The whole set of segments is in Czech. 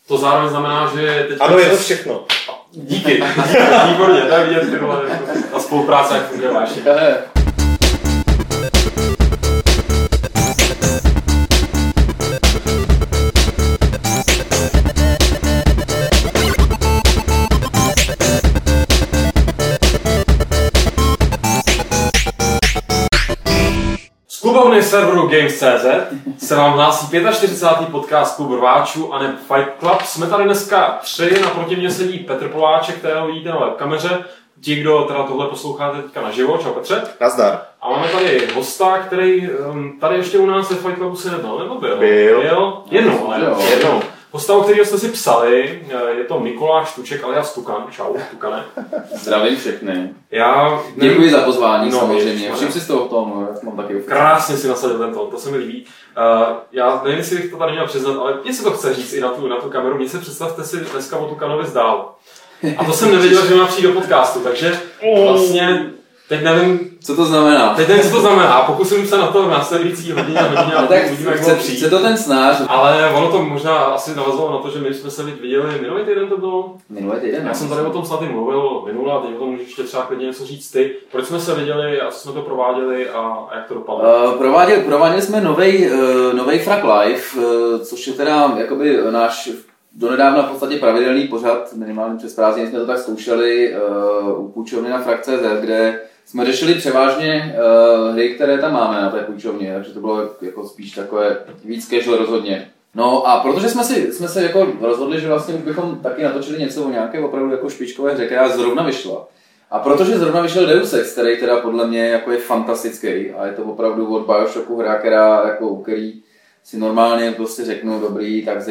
To zároveň znamená, že teď... Ano, je to všechno. Díky. Výborně, to je vidět, ta spolupráce, jak funguje vážně. Klubovny serveru Games.cz se vám hlásí 45. podcast Klubu rváčů a ne Fight Club. Jsme tady dneska 3, naproti mě sedí Petr Poláček, kterého vidíte na webkameře. Ti, kdo teda tohle posloucháte teďka naživo. Čau Petře. Nazdar. A máme tady hosta, který tady ještě u nás ve Fight Clubu se nebyl, nebo byl? Byl. Jednou. Hosta, o kterého jste si psali, je to Mikuláš Tuček alias Tukan. Čau, Tukane. Zdravím všechny. Děkuji za pozvání, samozřejmě. Všim si z toho tom, mám taky krásně si nasadil ten tón, to se mi líbí. Já nevím, jestli bych to tady měl přiznat, ale mně se to chce říct i na tu kameru. Mně se představte si dneska o Tukanovi zdál. A to jsem nevěděl, že má přijít do podcastu, takže vlastně teď nevím, co to znamená. A pokusím se na to v následující hodině a tak uvidíme, jak chce to ten snář. Ale ono to možná asi navazovalo na to, že my jsme se viděli, minulý týden to bylo? Minulý týden. Já jsem tady o tom snad i mluvil minule a teď o tom můžeš ještě třeba klidně něco říct ty. Proč jsme se viděli a co jsme to prováděli a jak to dopadlo? Prováděli jsme novej Frak Live, což je teda jakoby náš donedávna v podstatě pravidelný pořad, minimálně přes prázdniny jsme to tak zkoušeli u půjčovny na Frak.cz, kde jsme řešili převážně hry, které tam máme na té půjčovně, takže to bylo jako spíš takové víc casual rozhodně. No a protože jsme se jako rozhodli, že vlastně už bychom taky natočili něco o nějaké opravdu jako špičkové hře, která zrovna vyšla. A protože zrovna vyšel Deus Ex, který teda podle mě jako je fantastický a je to opravdu od Bioshocku hra, u který si normálně prostě řeknu dobrý, tak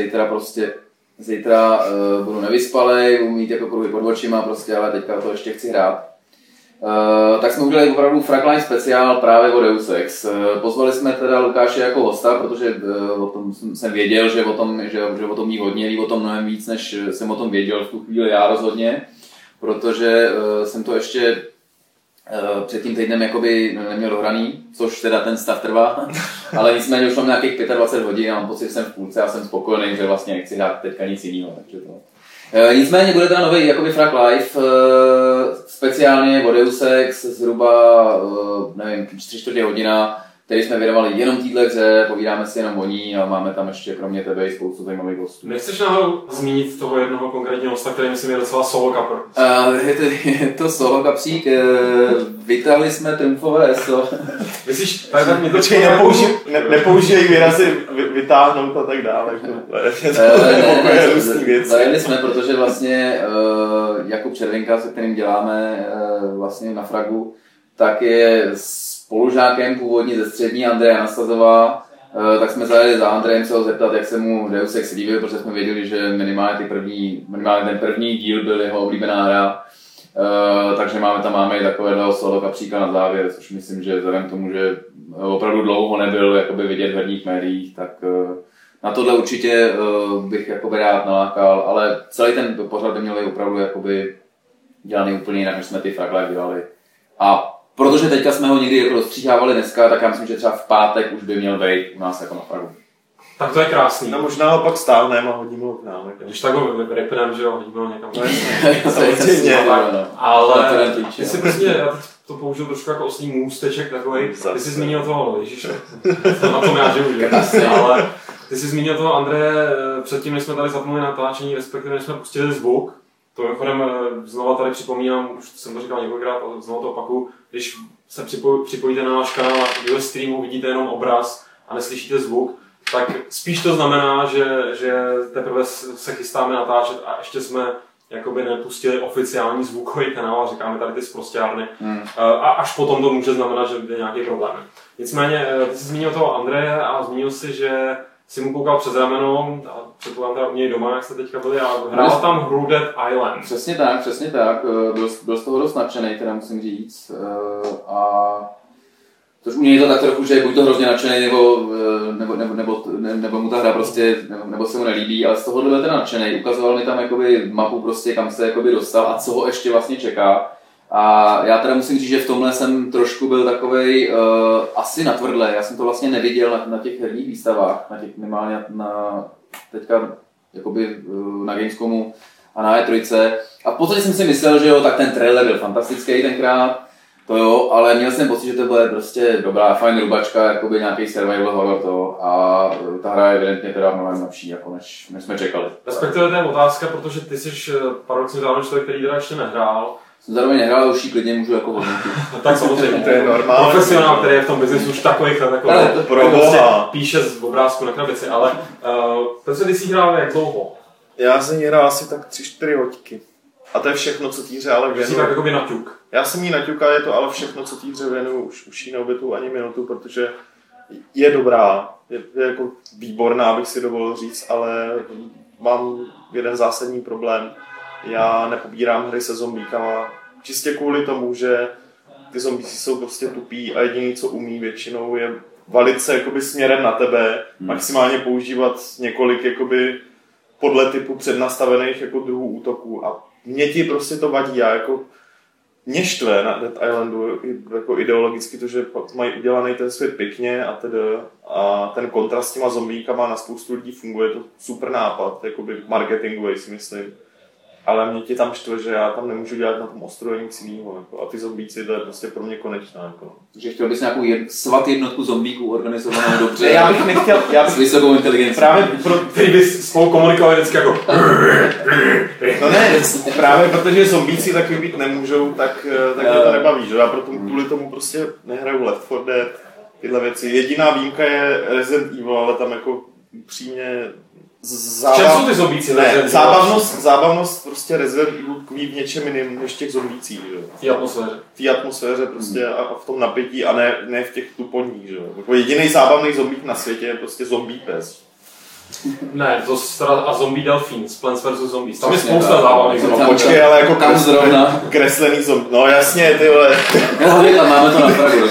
zítra budu nevyspalej, budu mít jako kruhy pod očima prostě, ale teďka to ještě chci hrát. Tak jsme udělali opravdu Frak Live speciál právě o Deus Ex. Pozvali jsme teda Lukáše jako hosta, protože o tom jsem věděl, že o tom ví hodně, ví o tom mnohem víc, než jsem o tom věděl v tu chvíli já rozhodně, protože jsem to ještě před tím týdnem jakoby neměl dohraný, což teda ten stav trvá, ale nicméně už mám nějakých 25 hodin a mám pocit, že jsem v půlce a jsem spokojený, že vlastně nechci hrát teďka nic jiného, takže to. Nicméně bude teda nový jakoby Frak Live, speciálně o Deus Ex, zhruba, nevím, 3/4 hodina, který jsme věnovali jenom téhle hře, povídáme si jenom o ní a máme tam ještě kromě tebe i spoustu zajímavých hostů. Nechceš náhodou zmínit toho jednoho konkrétního hosta, který myslím je docela solo kapr? Je to solo kapřík, vytáhli jsme triumfové SO. Myslíš, tak mi to nepoužívají výrazy vytáhnout a tak dále. Zajeli jsme, protože vlastně Jakub Červinka, se kterým děláme vlastně na Fragu, tak je spolužákem původně ze střední Andreje Anastazová, tak jsme zajeli za Andrejem se ho zeptat, jak se mu Deus Ex líbil, protože jsme věděli, že minimálně ten první díl byl jeho oblíbená hra, takže máme i takového solo kapříka na závěr, což myslím, že vzhledem k tomu, že opravdu dlouho nebyl jakoby vidět v herních médiích, tak na tohle určitě bych jakoby rád nalákal, ale celý ten pořad by měl opravdu jakoby dělaný úplně jinak, než jsme ty Frak Live dělali. A protože teďka jsme ho někdy jako rozstříhávali dneska, tak já myslím, že třeba v pátek už by měl být u nás jako na Fragu. Tak to je krásný. No možná ho pak stáhneme a hodíme ho k nám. Když tak ho vypneme, že ho hodíme ho někam. Samozřejmě. Ale ty si prostě, já to použil trošku jako oslý můsteček takovej. Ty jsi zmínil toho, Ježíše, na tom já žiju, ale ty jsi zmínil toho Andreje předtím, než jsme tady zapnuli natáčení, respektive než jsme pustili zvuk. To mimochodem znova tady připomínám, už jsem to říkal několikrát, ale znova to opakuju, když se připojíte na náš kanál a streamu vidíte jenom obraz a neslyšíte zvuk, tak spíš to znamená, že teprve se chystáme natáčet a ještě jsme jakoby nepustili oficiální zvukový kanál a říkáme tady ty sprosťárny. A až potom to může znamenat, že je nějaký problém. Nicméně, ty jsi zmínil toho Andreje a zmínil si, že si mu koukal přes rameno a předpokládám teda u něj doma, jak jste teďka byli, a hrál tam hru Dead Island. Přesně tak. Byl z toho dost nadšenej, teda musím říct. A což u něj je to tak trochu, že je buď to hrozně nadšenej, nebo mu ta hra prostě, nebo se mu nelíbí, ale z tohohle byl teda nadšenej. Ukazoval mi tam jakoby mapu prostě, kam se jakoby dostal a co ho ještě vlastně čeká. A já teda musím říct, že v tomhle jsem trošku byl takovej asi natvrdlej. Já jsem to vlastně neviděl na těch herních výstavách, na těch minimálně teďka jakoby na Gamescomu a na E3. A v podstatě jsem si myslel, že jo, tak ten trailer byl fantastický tenkrát, to jo, ale měl jsem pocit, že to bude prostě dobrá, fajn rubačka, jakoby nějaký survival horror to a ta hra je evidentně teda mnohem lepší, jako než jsme čekali. Respektive to je otázka, protože ty jsi paradoxně zároveň člověk, který teda ještě nehrál. Jsem zároveň nehrál, ale už ji klidně můžu jako hodnotit. Tak samozřejmě, to je normální. Profesionál, který je v tom biznesu už takových let, jako prostě píše z obrázku na krabici, ale Petře, ty jsi hrál jak dlouho? Já jsem ji hrál asi tak 3-4 hoďky. A to je všechno, co té hře ale věnuju. Jsi tak jako by naťuk. Já jsem jí naťukal, je to ale všechno, co té hře věnuju, už jí neobytu ani minutu, protože je dobrá, je jako výborná, bych si dovolil říct, ale mám jeden zásadní problém. Já nepobírám hry se zombíkama, čistě kvůli tomu, že ty zombíci jsou prostě tupí a jediný, co umí většinou, je valit se jakoby směrem na tebe, maximálně používat několik jakoby podle typu přednastavených jako druhů útoků a mě ti prostě to vadí, já jako mě štve na Dead Islandu jako ideologicky to, že mají udělaný ten svět pěkně a tedy a ten kontrast s těma zombíkama na spoustu lidí funguje, to super nápad, jakoby marketingový si myslím. Ale mě ti tam štve, že já tam nemůžu dělat na tom ostrově nic jiného. Jako, a ty zombíci, to je prostě pro mě konečná. Jako. Takže chtěl bys nějakou svat jednotku zombíků organizovanou dobře. Já bych nechtěl, s vysokou inteligencí. Právě který bys spolu komunikovali vždycky jako... No ne, právě protože zombíci taky být nemůžou, tak mě to nebaví. Že? Já proto kvůli tomu prostě nehraju Left 4 Dead, tyhle věci. Jediná výjimka je Resident Evil, ale tam jako přímě... Čem jsou ty zombíci? Ne, zábavnost prostě Resident Evil tkví v něčem jiným než těch zombících. V té atmosféře prostě a v tom napětí a ne v těch tuponích. Že? Jako jediný zábavný zombík na světě je prostě zombie pes. Ne, a zombie delfín, Plants vs. Zombies. Tam je spousta zábavných zombie. Počkej, ale jako kreslený zombie. No jasně, ty vole. Já máme to na Pragu.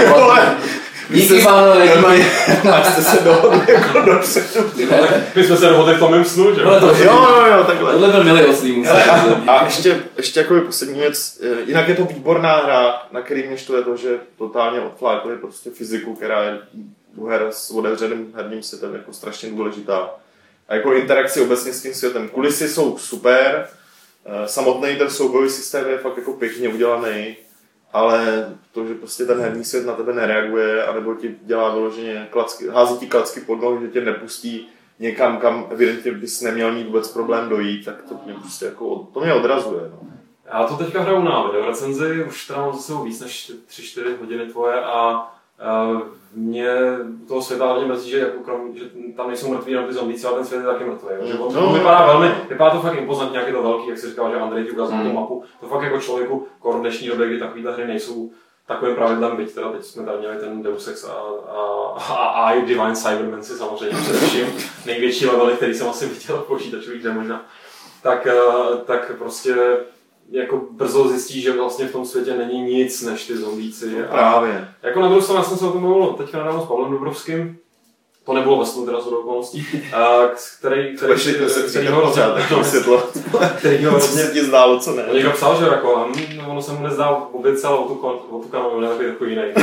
Díky pánové, jste se dohodli jako dopředu. My jsme se dohodli v tom mém snu, že? Jo, takhle. Tohle byl milý oslý. A ještě jako poslední věc, jinak je to výborná hra, na který mě štve to, že totálně odflákli prostě fyziku, která je u her s otevřeným herním světem jako strašně důležitá. A jako interakci obecně s tím světem. Kulisy jsou super, samotný ten soubojový systém je fakt jako pěkně udělaný. Ale to, že prostě ten herní svět na tebe nereaguje, anebo ti dělá vyloženě klacky, hází ti klacky pod nohy, že tě nepustí někam, kam evidentně bys neměl mít vůbec problém dojít, tak to mě prostě jako, to mě odrazuje. No. Já to teďka hraju na videorecenzi, už teda mám za sebou víc než 3-4 hodiny tvoje a mě toho světa hodně mrzí, že, jako že tam nejsou mrtví jenom ty zombíci, ale ten svět je taky mrtvý. Že vypadá to fakt impozantně, jak je to velký, jak si říkal, že Andrej ti ukázal tu mapu. To fakt jako člověku, v dnešní době, kdy takovýhle hry nejsou takovým pravidlem, byť teda teď jsme tady měli ten Deus Ex a Divine Cybermancy samozřejmě především, největší levely, který jsem asi viděl v počítačových hře možná, tak prostě jako brzo zjistí, že vlastně v tom světě není nic než ty zombíci. Právě. Jako na druhou stranu, já jsem se o tom mluvil teďka nedávno s Pavlem Dobrovským, to nebylo ve snu teda z okolností, který ho hrozně ti zdálo, co ne. Někdo psal, že jako, ono se mu nezdá vůbec celou tu kanu, ne takový jako jiný.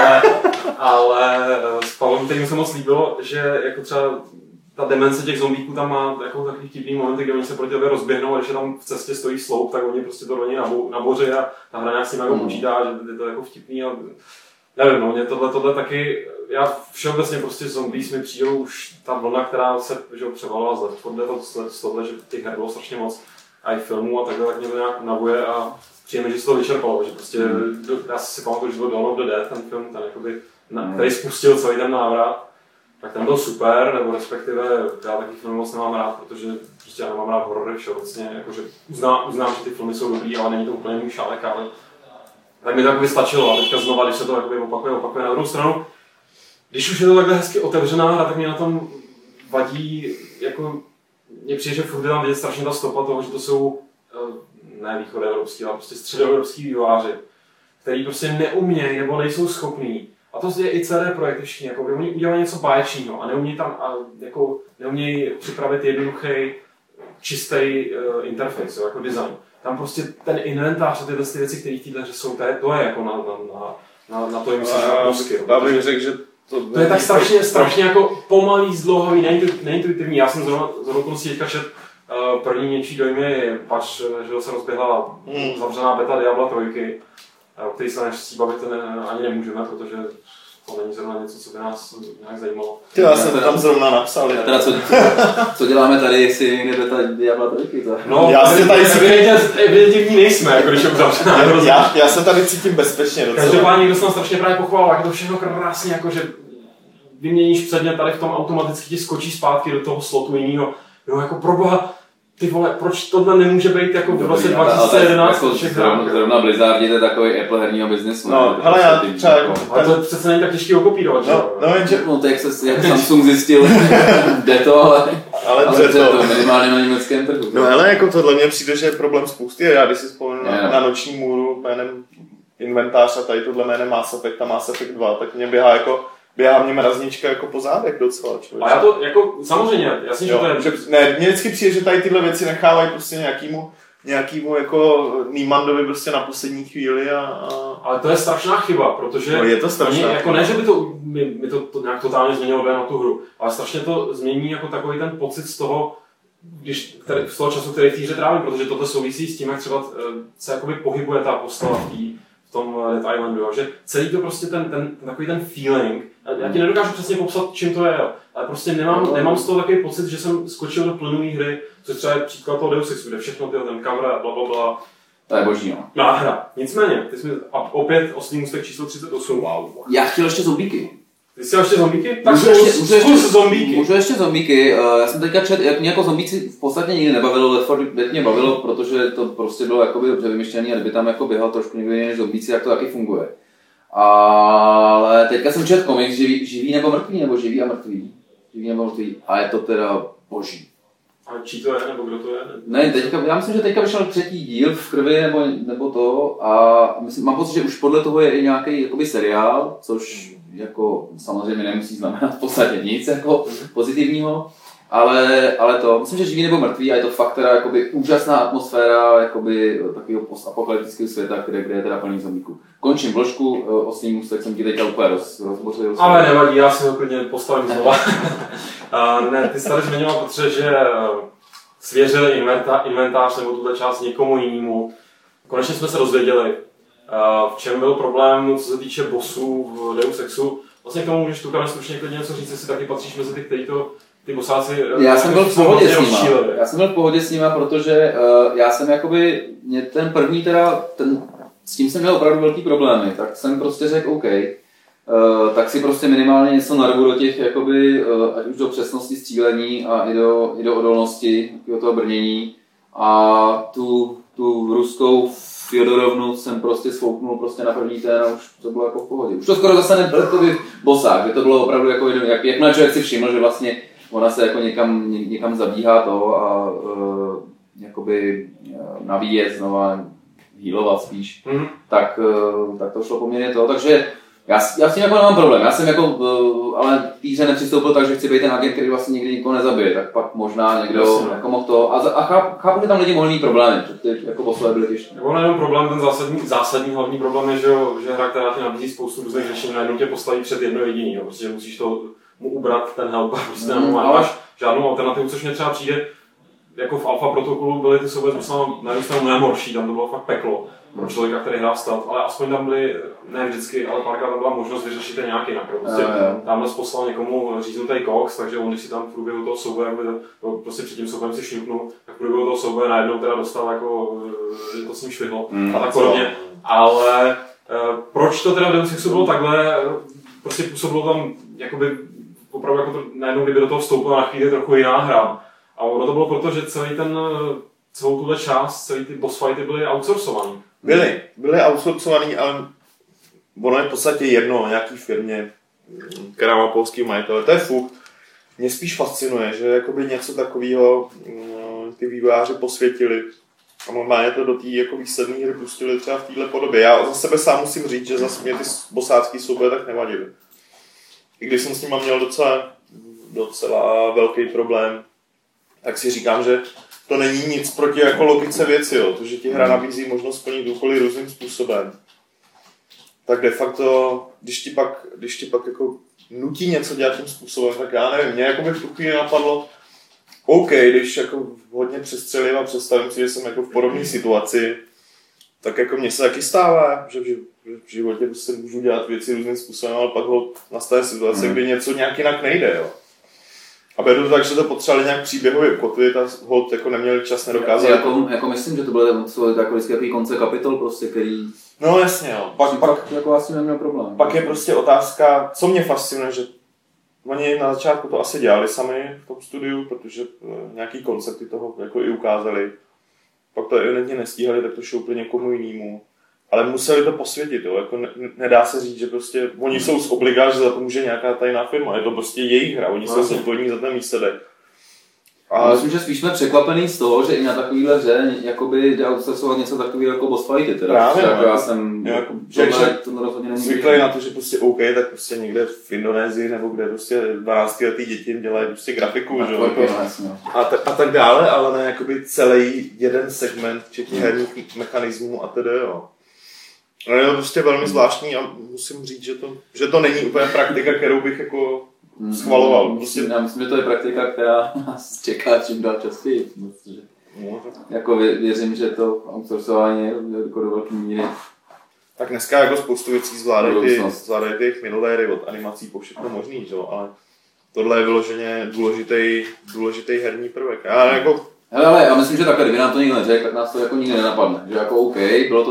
Ale s Pavlem, kterým se moc líbilo, že jako třeba ta demence těch zombíků tam má jako takový vtipný momenty, kdy oni se proti tebe rozběhnou a když je tam v cestě stojí sloup, tak oni prostě to do něj naboří a ta hra nějak s ním jako počítá, že je to jako vtipný a nevím, no, mě tohle taky, já všeobecně prostě zombies mi přijdou už ta vlna, která se převalila z Left 4 Dead, z tohle, že těch her bylo strašně moc a i filmů a takhle, tak mě to nějak navuje a přijeme, že se to vyčerpalo, že prostě, já si pamatuju, že byl Dawn of the Dead, ten film, ten jakoby, který spustil celý ten návrat, tak ten byl super, nebo respektive já taky filmy moc nemám rád, protože prostě já nemám rád horory všeobecně, jakože uznám, že ty filmy jsou dobrý, ale není to úplně můj šálek kávy. Tak mi to jakoby stačilo a teďka znova, když se to jakoby opakuje. Na druhou stranu, když už je to takhle hezky otevřená hra, tak mě na tom vadí, jako mně přijde, že furt je tam vidět strašně ta stopa toho, že to jsou ne východoevropský, ale prostě středoevropský vývojáři, který prostě neumějí nebo nejsou schopní. A to je i CD Projekty všichni, jako by oni udělali něco báječného a neumějí připravit jednoduchý, čistý interface, jako design. Tam prostě ten inventář a tyhle věci, které v této hře jsou, to je jako na to jim se obrovsky. Já bych řekl, že To je tak strašně jako pomalý, zdlouhavý, neintuitivní. Já jsem zrovna teďka čet první něčí dojmy, pač, že se rozběhla zavřená beta Diabla 3, o který se naštěstí bavit ani nemůžeme, protože to není zrovna něco, co by nás nějak zajímalo. Já jsem to tam zrovna napsal. Teda co děláme tady, jestli někde beta Diabla 3? No, já se tady evidentně nejsme, jako když je uzavřená. Já se tady cítím bezpečně docela. Každopádně někdo se nás strašně právě pochválil, jak je to všechno krásně, jako že vyměníš předmět tady v tom automaticky ti skočí zpátky do toho slotu jinýho. Jo, jako proboha, ty vole, proč tohle nemůže být jako v roce 2011? Zrovna Blizzard je takový Apple herního biznesu. No, hele, já třeba jako... Ale to přece není tak těžký okopírovat, že jo? No, to jak Samsung zjistil, jde to, ale to minimálně na německém trhu. No, ale jako tohle mně přijde, že je problém spousty. Já když si vzpomenu na Noční můru jménem Inventář a tady tohle jménem Mass Effect a Mass Effect 2, tak mě běhá mě mraznička jako po zádech docela, člověk. A já to jako, samozřejmě, jasně, že to je... Ne, mně vždycky přijde, že tady tyhle věci nechávají prostě nějakýmu jako Niemandovi prostě na poslední chvíli Ale to je strašná chyba, protože... No, je to strašná chyba. Jako ne, že by to, mi to nějak totálně změnilo na tu hru, ale strašně to změní jako takový ten pocit z toho, z toho času, který v té hře trávím, protože tohle souvisí s tím, jak třeba se jakoby pohybuje ta postava v tom Dead Islandu, že celý to prostě takový ten feeling, já ti nedokážu přesně popsat, čím to je, ale prostě nemám z toho takový pocit, že jsem skočil do plynové hry, což třeba je příklad toho Deus Exu, kde všechno ten kamera, blablabla. To je boží, no. Nádhera. Nicméně, ty jsi mi opět oslý můstek číslo 38. Wow. Já chtěl ještě zombíky. Ty jsi ještě zombíky? Tak zkus zombíky. Můžu ještě zombíky. Já jsem teďka četl, jak mě jako zombíci v podstatě nikdy nebavilo, Left 4 Dead mě bavilo, protože to prostě bylo jakoby dobře vymyšlené a kdyby tam jako běhal trošku někdo jiný než zombíci, jak to taky funguje. Ale teďka jsem četl komiks živý nebo mrtvý, nebo živý a mrtvý. Živý nebo mrtvý. A je to teda boží. A čí to je, nebo kdo to je? Ne, já myslím, že teďka vyšel 3. díl v krvi, nebo to. A mám pocit, že už podle toho je i nějaký jakoby seriál, což jako samozřejmě nemusí znamenat v podstatě nic jako pozitivního. Ale to, myslím, že živý nebo mrtvý a je to fakt teda jakoby úžasná atmosféra jakoby takového postapokalyptického světa, kde je teda plný zombíků. Končím vložku, oslý můstek jsem ti teďka úplně rozbořil. Ale nevadí, já si ho klidně postavím znova. Ne, ty jsi tady zmiňoval, protože svěřili inventář nebo tuhle část někomu jinému. Konečně jsme se dozvěděli, v čem byl problém, co se týče bossů v Deus Exu. Vlastně k tomu můžeš tu stručně klidně něco říct, jestli taky patříš mezi ty, kteří to ty bosáci... Já jsem byl v pohodě s nima, protože já jsem jakoby, ten první teda, s tím jsem měl opravdu velký problémy, tak jsem prostě řekl OK, tak si prostě minimálně něco narvu do těch, jakoby, ať už do přesnosti střílení a i do odolnosti, do toho brnění a tu ruskou Fjodorovnu jsem prostě svouknul prostě na první ten a už to bylo jako v pohodě. Už to skoro zase nebyl takový bosák, že to bylo opravdu jako jakmile člověk si všiml, že vlastně ona se jako někam zabíhá to a jakoby nabíjet znova, healovat spíš, tak to šlo poměrně to, takže já s tím jako nemám problém, já jsem jako, ale v hře nepřistoupil tak, že chci být ten agent, který vlastně nikdy nikoho nezabije, tak pak možná někdo jako mohl to, a chápu, že tam lidi mohli mít problémy, protože ty jako bossové byly těžké. Nebo nejenom problém, ten zásadní hlavní problém je, že hra, která ti nabízí spoustu různých řešení, najednou tě postaví před jedno jediný, jo, prostě musíš to mu ubrat ten help, prostě nemáš žádnou alternativu, což mě třeba přijde, jako v Alpha protokolu byly ty souboje s najednou mnohem horší, tam to bylo fakt peklo pro člověka, který hrál stealth, ale aspoň tam byly, ne vždycky, ale párkrát tam byla možnost vyřešit ten nějak jinak. Prostě tamhle poslal někomu říznutý koks, takže on, když si tam v průběhu toho souboje, prostě před tím soubojem si šňupnul, tak v průběhu toho souboje najednou teda dostal jako, že to s ním švihlo a tak podobně. Ale proč to teda v Deus Exu bylo takhle, prostě působilo tam jakoby opravdu jako to, najednou, kdyby do toho vstoupila na chvíli trochu jiná hra. A ono to bylo proto, že celou tuhle část, celý ty boss fighty byly outsourcovaný. Byly outsourcovaný, ale ono je v podstatě jedno nějaký firmě, která má polský majitel. To je fuk. Mě spíš fascinuje, že jakoby něco takového ty vývojáři posvětili a normálně to do té jako výsledné hry pustili třeba v téhle podobě. Já za sebe sám musím říct, že zase mě ty bosácký souboje tak nevadily. I když jsem s nima měl docela velký problém, tak si říkám, že to není nic proti jako logice věci, jo. To, že ti hra nabízí možnost splnit úkoly různým způsobem. Tak de facto, když ti pak jako nutí něco dělat tím způsobem, tak já nevím, mě jako by v tu chvíli napadlo, OK, když jako hodně přestřelím a představím si, že jsem jako v podobné situaci, tak jako mně se taky stává, že v životě prostě můžu dělat věci různým způsobem, ale pak nastane situace, kdy něco nějak jinak nejde, jo. A beru to tak, že to potřebovali nějak příběhově ukotvit a holt jako neměli čas, nedokázali. Jako myslím, že to bylo jako vždycky takový konce kapitol prostě, který... No jasně, jo. Pak jako asi neměl problém. Pak je prostě otázka, co mě fascinuje, že oni na začátku to asi dělali sami v tom studiu, protože nějaký koncepty toho jako i ukázali. Pak to evidentně nestíhali, tak to šoupli někomu jinému. Ale museli to posvětit, jo. Jako nedá se říct, že prostě oni jsou z obliga, že za to může nějaká tajná firma. Je to prostě jejich hra, oni jsou zodpovědní za ten výsledek. A myslím, že spíš jsme překvapený z toho, že i na takovýhle hře jakoby jde outsourcovat něco takového jako boss fighty. Teda. Právě, jako já jsem jako, to rozhodně není zvyklý na to, že prostě OK, tak prostě někde v Indonésii nebo kde prostě 12letý děti dělají prostě grafiku, že jo. A tak dále, ale ne jakoby celý jeden segment, včetně herních mechanismů a tedy, jo. No je to prostě velmi zvláštní a musím říct, že to není úplně praktika, kterou bych jako schvaloval. Prostě... Já myslím, že to je praktika, která nás čeká čím dál častěji. Jako věřím, že to outsourcování je jako do velké míry. Tak dneska jako spoustu věcí zvládají ty miniléry od animací po všechno možný, že? Ale tohle je vyloženě důležitý herní prvek. Ale já myslím, že takhle, kdyby nám to nikdo neřekl, tak nás to jako nikdy nenapadne. Že jako OK, bylo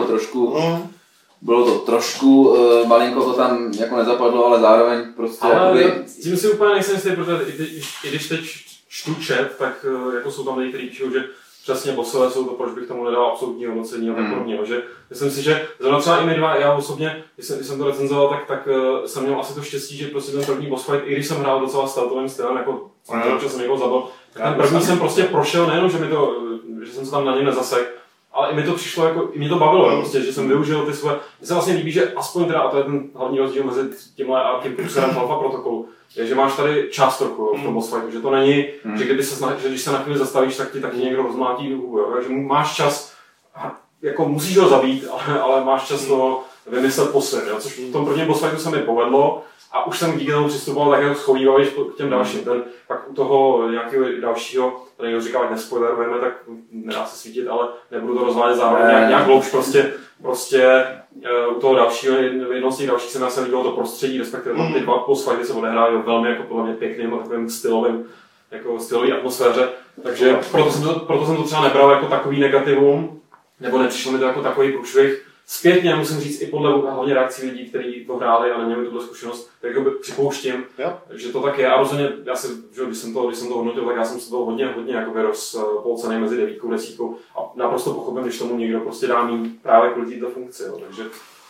to trošku, malinko to tam jako nezapadlo, ale zároveň prostě ale jakoby... tím si úplně nejsem jistý, protože i když teď čtu chat, tak jako jsou tam lidi, kteří píšou, že přesně bossové jsou to, proč bych tomu nedal absolutní hodnocení a tak podobně. Že myslím si, že zrovna třeba i my dva, já osobně, když jsem to recenzoval, tak jsem měl asi to štěstí, že prostě ten první boss fight, i když jsem hrál docela stealthovým stylem, jako jsem někoho zabil, tak ten první jsem prostě prošel, nejenom, že jsem se tam na něj nezasek, ale i mi to přišlo, jako, i mě to bavilo, prostě, že jsem využil ty svoje, mně se vlastně líbí, že aspoň teda, a to je ten hlavní rozdíl mezi tímhle a tím průserem Alpha protokolu, je, že máš tady čas trochu v tom boss fightu, že to není, že když se na chvíli zastavíš, tak ti někdo rozmlátí duhu, že máš čas, jako musíš ho zabít, ale máš čas to vymyslet po svém, což v tom prvním boss fightu se mi povedlo a už jsem díky tomu přistupoval tak jako schovývavý k těm dalším, pak u toho nějakého dalšího, tady někdo říká, ať nespoilerujeme, tak nedá se svítit, ale nebudu to rozvádět zároveň nějak hloubš, prostě u toho dalšího, jedno z těch dalších se mi asi líbilo to prostředí, respektive tam ty dva boss fighty se odehrály velmi jako podle mě pěkným a takovým stylový atmosféře, takže proto jsem to třeba nebral jako takový negativum, nebo nepřišlo mi to jako takový průšvih. Zpětně musím říct i podle hlavně reakcí lidí, kteří to hráli a neměli tuto zkušenost, tak jako připouštím, že to tak je a rozhodně, když jsem to hodnotil, tak já jsem se toho hodně jakoby rozpolcený mezi 9 a 10 a naprosto pochopím, když tomu někdo prostě dá mít právě kvůli této funkci, takže...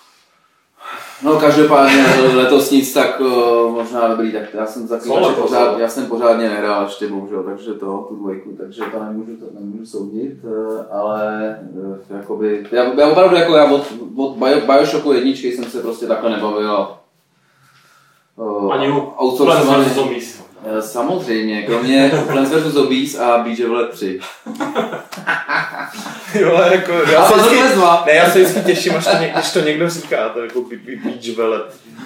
No každopádně letos nic, tak možná dobrý, tak já jsem pořádně nehrál ještě bohužel, takže tu dvojku, takže to nemůžu soudit, ale jakoby, já opravdu jako od Bioshocku 1 jsem se prostě takhle nebavil. Ani u Plants vs. Zombies. Samozřejmě, kromě Plants vs. Zombies a Beach Valley 3. Jo, jako, já se vždycky těším, až to někdo říká, to jako Beach Valley.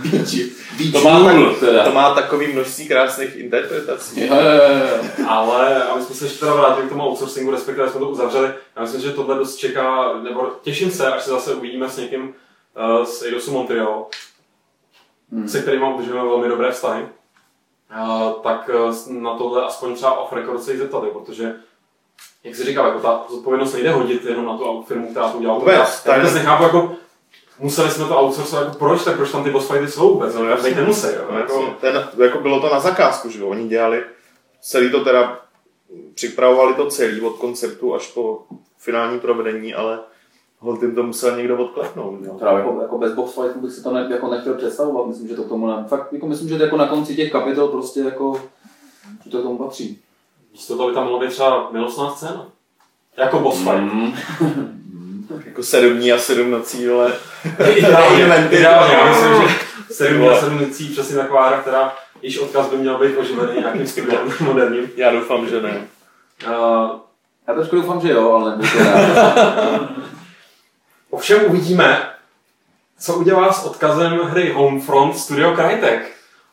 To má takový množství krásných interpretací. Jo. Ale aby jsme se ještě teda vrátili k tomu outsourcingu, respektive jsme to uzavřeli, já myslím, že tohle dost čeká, nebo těším se, až se zase uvidíme s někým z Eidosu Montreal, se kterým udržujeme velmi dobré vztahy. Tak na tohle aspoň třeba off record se jí zeptat, protože jak jsi říkal, jako ta zodpovědnost nejde hodit jenom na tu firmu, která to udělala. Já vůbec nechápu, jako museli jsme to outsourcovat, jako proč tam ty boss fighty jsou vůbec, no teď nemusí. Jako bylo to na zakázku, že jo, oni dělali, celý to teda, připravovali to celý od konceptu až po finální provedení, ale holt jim to musel někdo odklepnout. Jako bez boss fightu bych si to jako nechtěl představovat, myslím, že to k tomu fakt, jako myslím, že jako na konci těch kapitol prostě jako, že to k tomu patří. Místo toho by tam mohla být třeba milostná scéna. Jako boss fight. Jako 7 dní a 7 nocí, ale... Ideálně. Já myslím, že 7 dní a 7 nocí přesně taková hra, která již odkaz by měl být oživený nějakým studiem moderním. Já doufám, že ne. Já trošku doufám, že jo, ale nebudu to rád. Ovšem uvidíme, co udělá s odkazem hry Homefront Studio Crytek.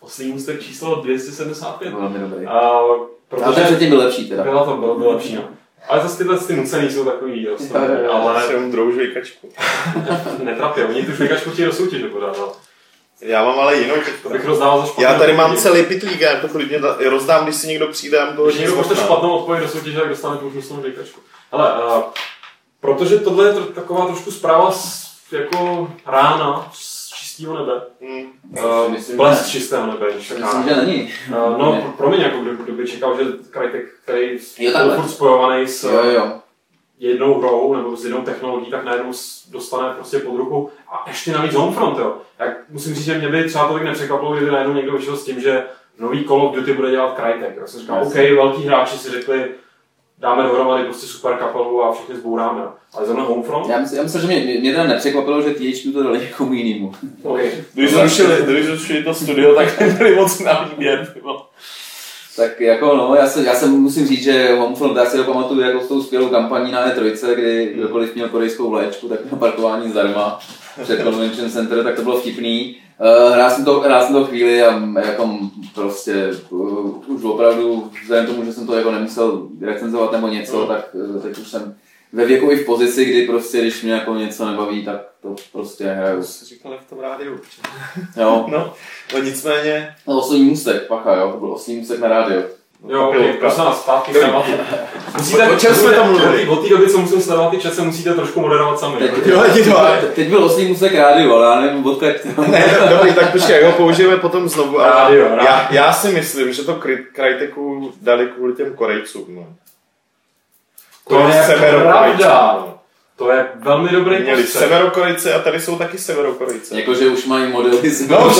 Oslý můstek číslo 275. Velmi dobrý. Protože ale ten předtím byl lepší teda. Byl lepší, no. Ale zase tyhle nucený jsou takový dost. Ale si jenom druhou žvejkačku. Netrapě, oni tu žvejkačku chtějí do soutěže podat. Já mám ale jinou. To bych rozdával za špatnou. Já tady mám celý pitlík, já to klidně rozdám, když si někdo přijde. Když někdo pošle špatnou odpověď do soutěže, tak dostane tu úžasnou žvejkačku. Hele, protože tohle je taková trošku zpráva jako rána z čistého nebe. Blesk čistého nebe. Myslím, že není. Promiň, jako kdo by čekal, že Crytek, který je furt spojovaný s jednou hrou nebo s jednou technologií, tak najednou dostane prostě pod ruku a ještě navíc Homefront, jo. Jak musím říct, že mě by třeba tolik nepřekvapilo, kdyby najednou někdo vyšel s tím, že nový Call of Duty bude dělat Crytek. Já jsem říkal, OK, velký hráči si řekli, dáme dohromady prostě super kapelu a všechny zbouráme. Ale zrovna Homefront? Já myslím, že mě teda nepřekvapilo, že THQ to dali někomu jinému. Okay. Když zrušili to studio, tak nebyli moc na výběr. Tak jako no, já se musím říct, že Homefront, já si to pamatuju jako s tou skvělou kampaní na E3, kdy kdokoliv měl korejskou vlaječku, tak měl parkování zdarma před Convention Center, tak to bylo vtipný. Hrál jsem to chvíli a jako prostě už opravdu, vzhledem tomu, že jsem to jako nemusel recenzovat nebo něco, tak teď už jsem ve věku i v pozici, kdy prostě, když mě jako něco nebaví, tak to prostě hraju. To jsi říkal v tom rádiu. Jo. No nicméně... Oslý můstek, pacha, jo, to byl oslý můstek na rádio. Jo, prosím nás, zpátky tématu. O čem jsme tam mluvili? Od té doby, co musím sledovat ty časy, musíte trošku moderovat sami. Teď byl oslý můstek rádio, ale já nevím, odkud. Ne, dobrý, tak počkej, jak ho použijeme potom znovu. Já si myslím, že to Cryteku dali kvůli těm Korejcům. No. To je pravda. To je velmi dobrý postřeh. Měli Severokorejci a tady jsou taky Severokorejci. Jakože už mají modely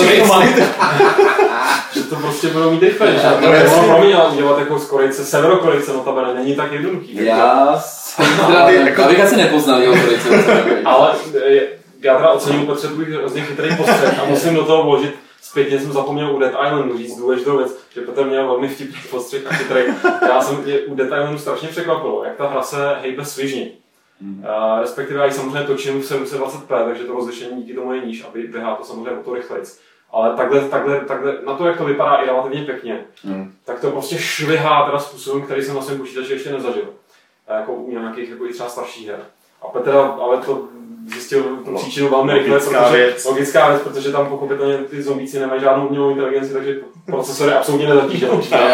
že to prostě budou mít rychle. Pro mě dělat jako z Korejce, Severokorejce, notabene, není tak jednoduchý. Já bych asi nepoznal jeho Korejce. Ale já teda ocením Petře tvůj hrozně chytrý postřeh a musím do toho vložit. Zpětně jsem zapomněl u Dead Islandu říct důležitou věc, že Petr měl velmi vtipný postřeh a chytrý. Mě u Dead Islandu strašně překvapilo, jak ta hra se hejbe svižně. Respektive já ji samozřejmě točím v 720p, takže to rozlišení díky tomu je níž a běhá to samozřejmě o to rychlejc. Ale takhle, na to, jak to vypadá i relativně pěkně, tak to prostě švihá teda způsobem, který jsem na svém počítači ještě nezažil. Jako u nějakých jako i třeba starších her. A Petr ale to zjistil tu příčinu velmi rychle, logická věc, protože tam pochopitelně ty zombíci nemají žádnou umělou inteligenci, takže procesor je absolutně nezatížen.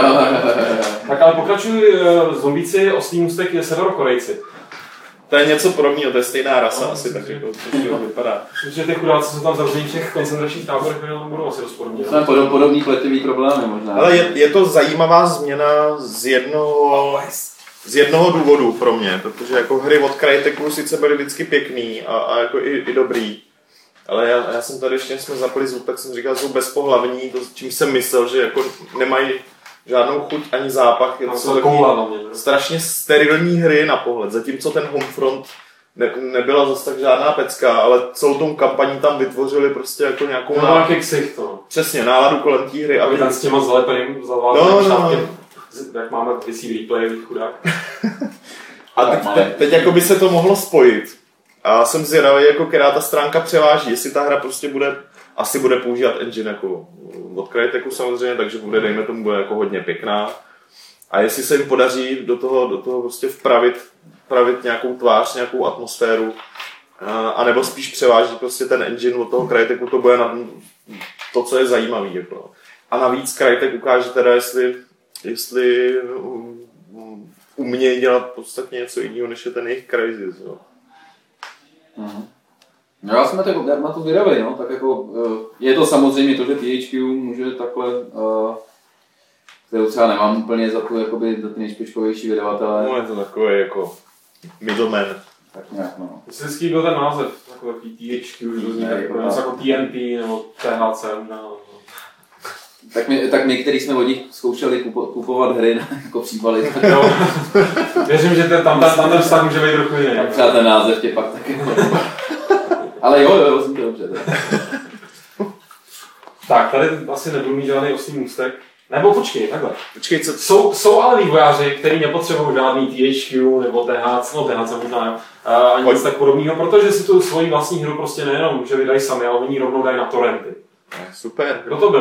Tak ale pokračují zombíci, oslý můstek je Severokorejci. To je něco podobného, to je stejná rasa, asi tak jako to vypadá. Myslím, že ty chudáci jsou tam zavření v těch koncentračních táborech, které budou asi dost podobně. Podobný pletivý problémy možná. Ale je to zajímavá změna z jednoho důvodu pro mě, protože jako hry od Cryteku sice byly vždycky pěkný a jako i dobrý, ale já jsem tady ještě, jsme zapali zvuk, tak jsem říkal, že jsou bezpohlavní, to čím jsem myslel, že jako nemají žádnou chuť ani zápach, to jsou takový strašně sterilní hry na pohled, zatímco ten Homefront nebyla zase tak žádná pecka, ale celou tou kampaní tam vytvořili prostě jako nějakou přesně, náladu kolem té hry. Aby ten s těma zalepeným šátkem, jak máme vysí replay, chudák. A teď jako by se to mohlo spojit. A jsem zvědavý, jako která ta stránka převáží, jestli ta hra prostě asi bude používat engine jako od Cryteku samozřejmě, takže bude, dejme tomu, bude jako hodně pěkná. A jestli se jim podaří do toho prostě vpravit nějakou tvář, nějakou atmosféru, anebo spíš převáží prostě ten engine od toho Cryteku, to bude na to, co je zajímavý. Jako. A navíc Crytek ukáže teda, jestli umějí dělat podstatně něco jiného, než je ten jejich Crysis. No já jsem na to vydavý, no, tak jako je to samozřejmě to, že THQ může takhle, kterou třeba nemám úplně za ty nejšpičkovější vydavatele. No je to takové jako middleman. Tak nějak, no. To se vždycky byl ten název, takový THQ, jako TNT nebo THC. Tak my, který jsme od nich zkoušeli kupovat hry jako příbaly. Věřím, že tam ten vztah může být trochu jiný. Tak třeba ten název tě pak taky. Ale jo, jsem to dobře. Tak, tady asi nebudu mít žádný oslý můstek. Nebo počkej, takhle. Počkej, co? Jsou ale vývojáři, kteří nepotřebují žádný THQ nebo THC, možná jo, ani nic tak podobného, protože si tu svoji vlastní hru prostě nejenom, že vydají sami, ale oni rovnou dají na torrenty. Super. Kdo to byl? A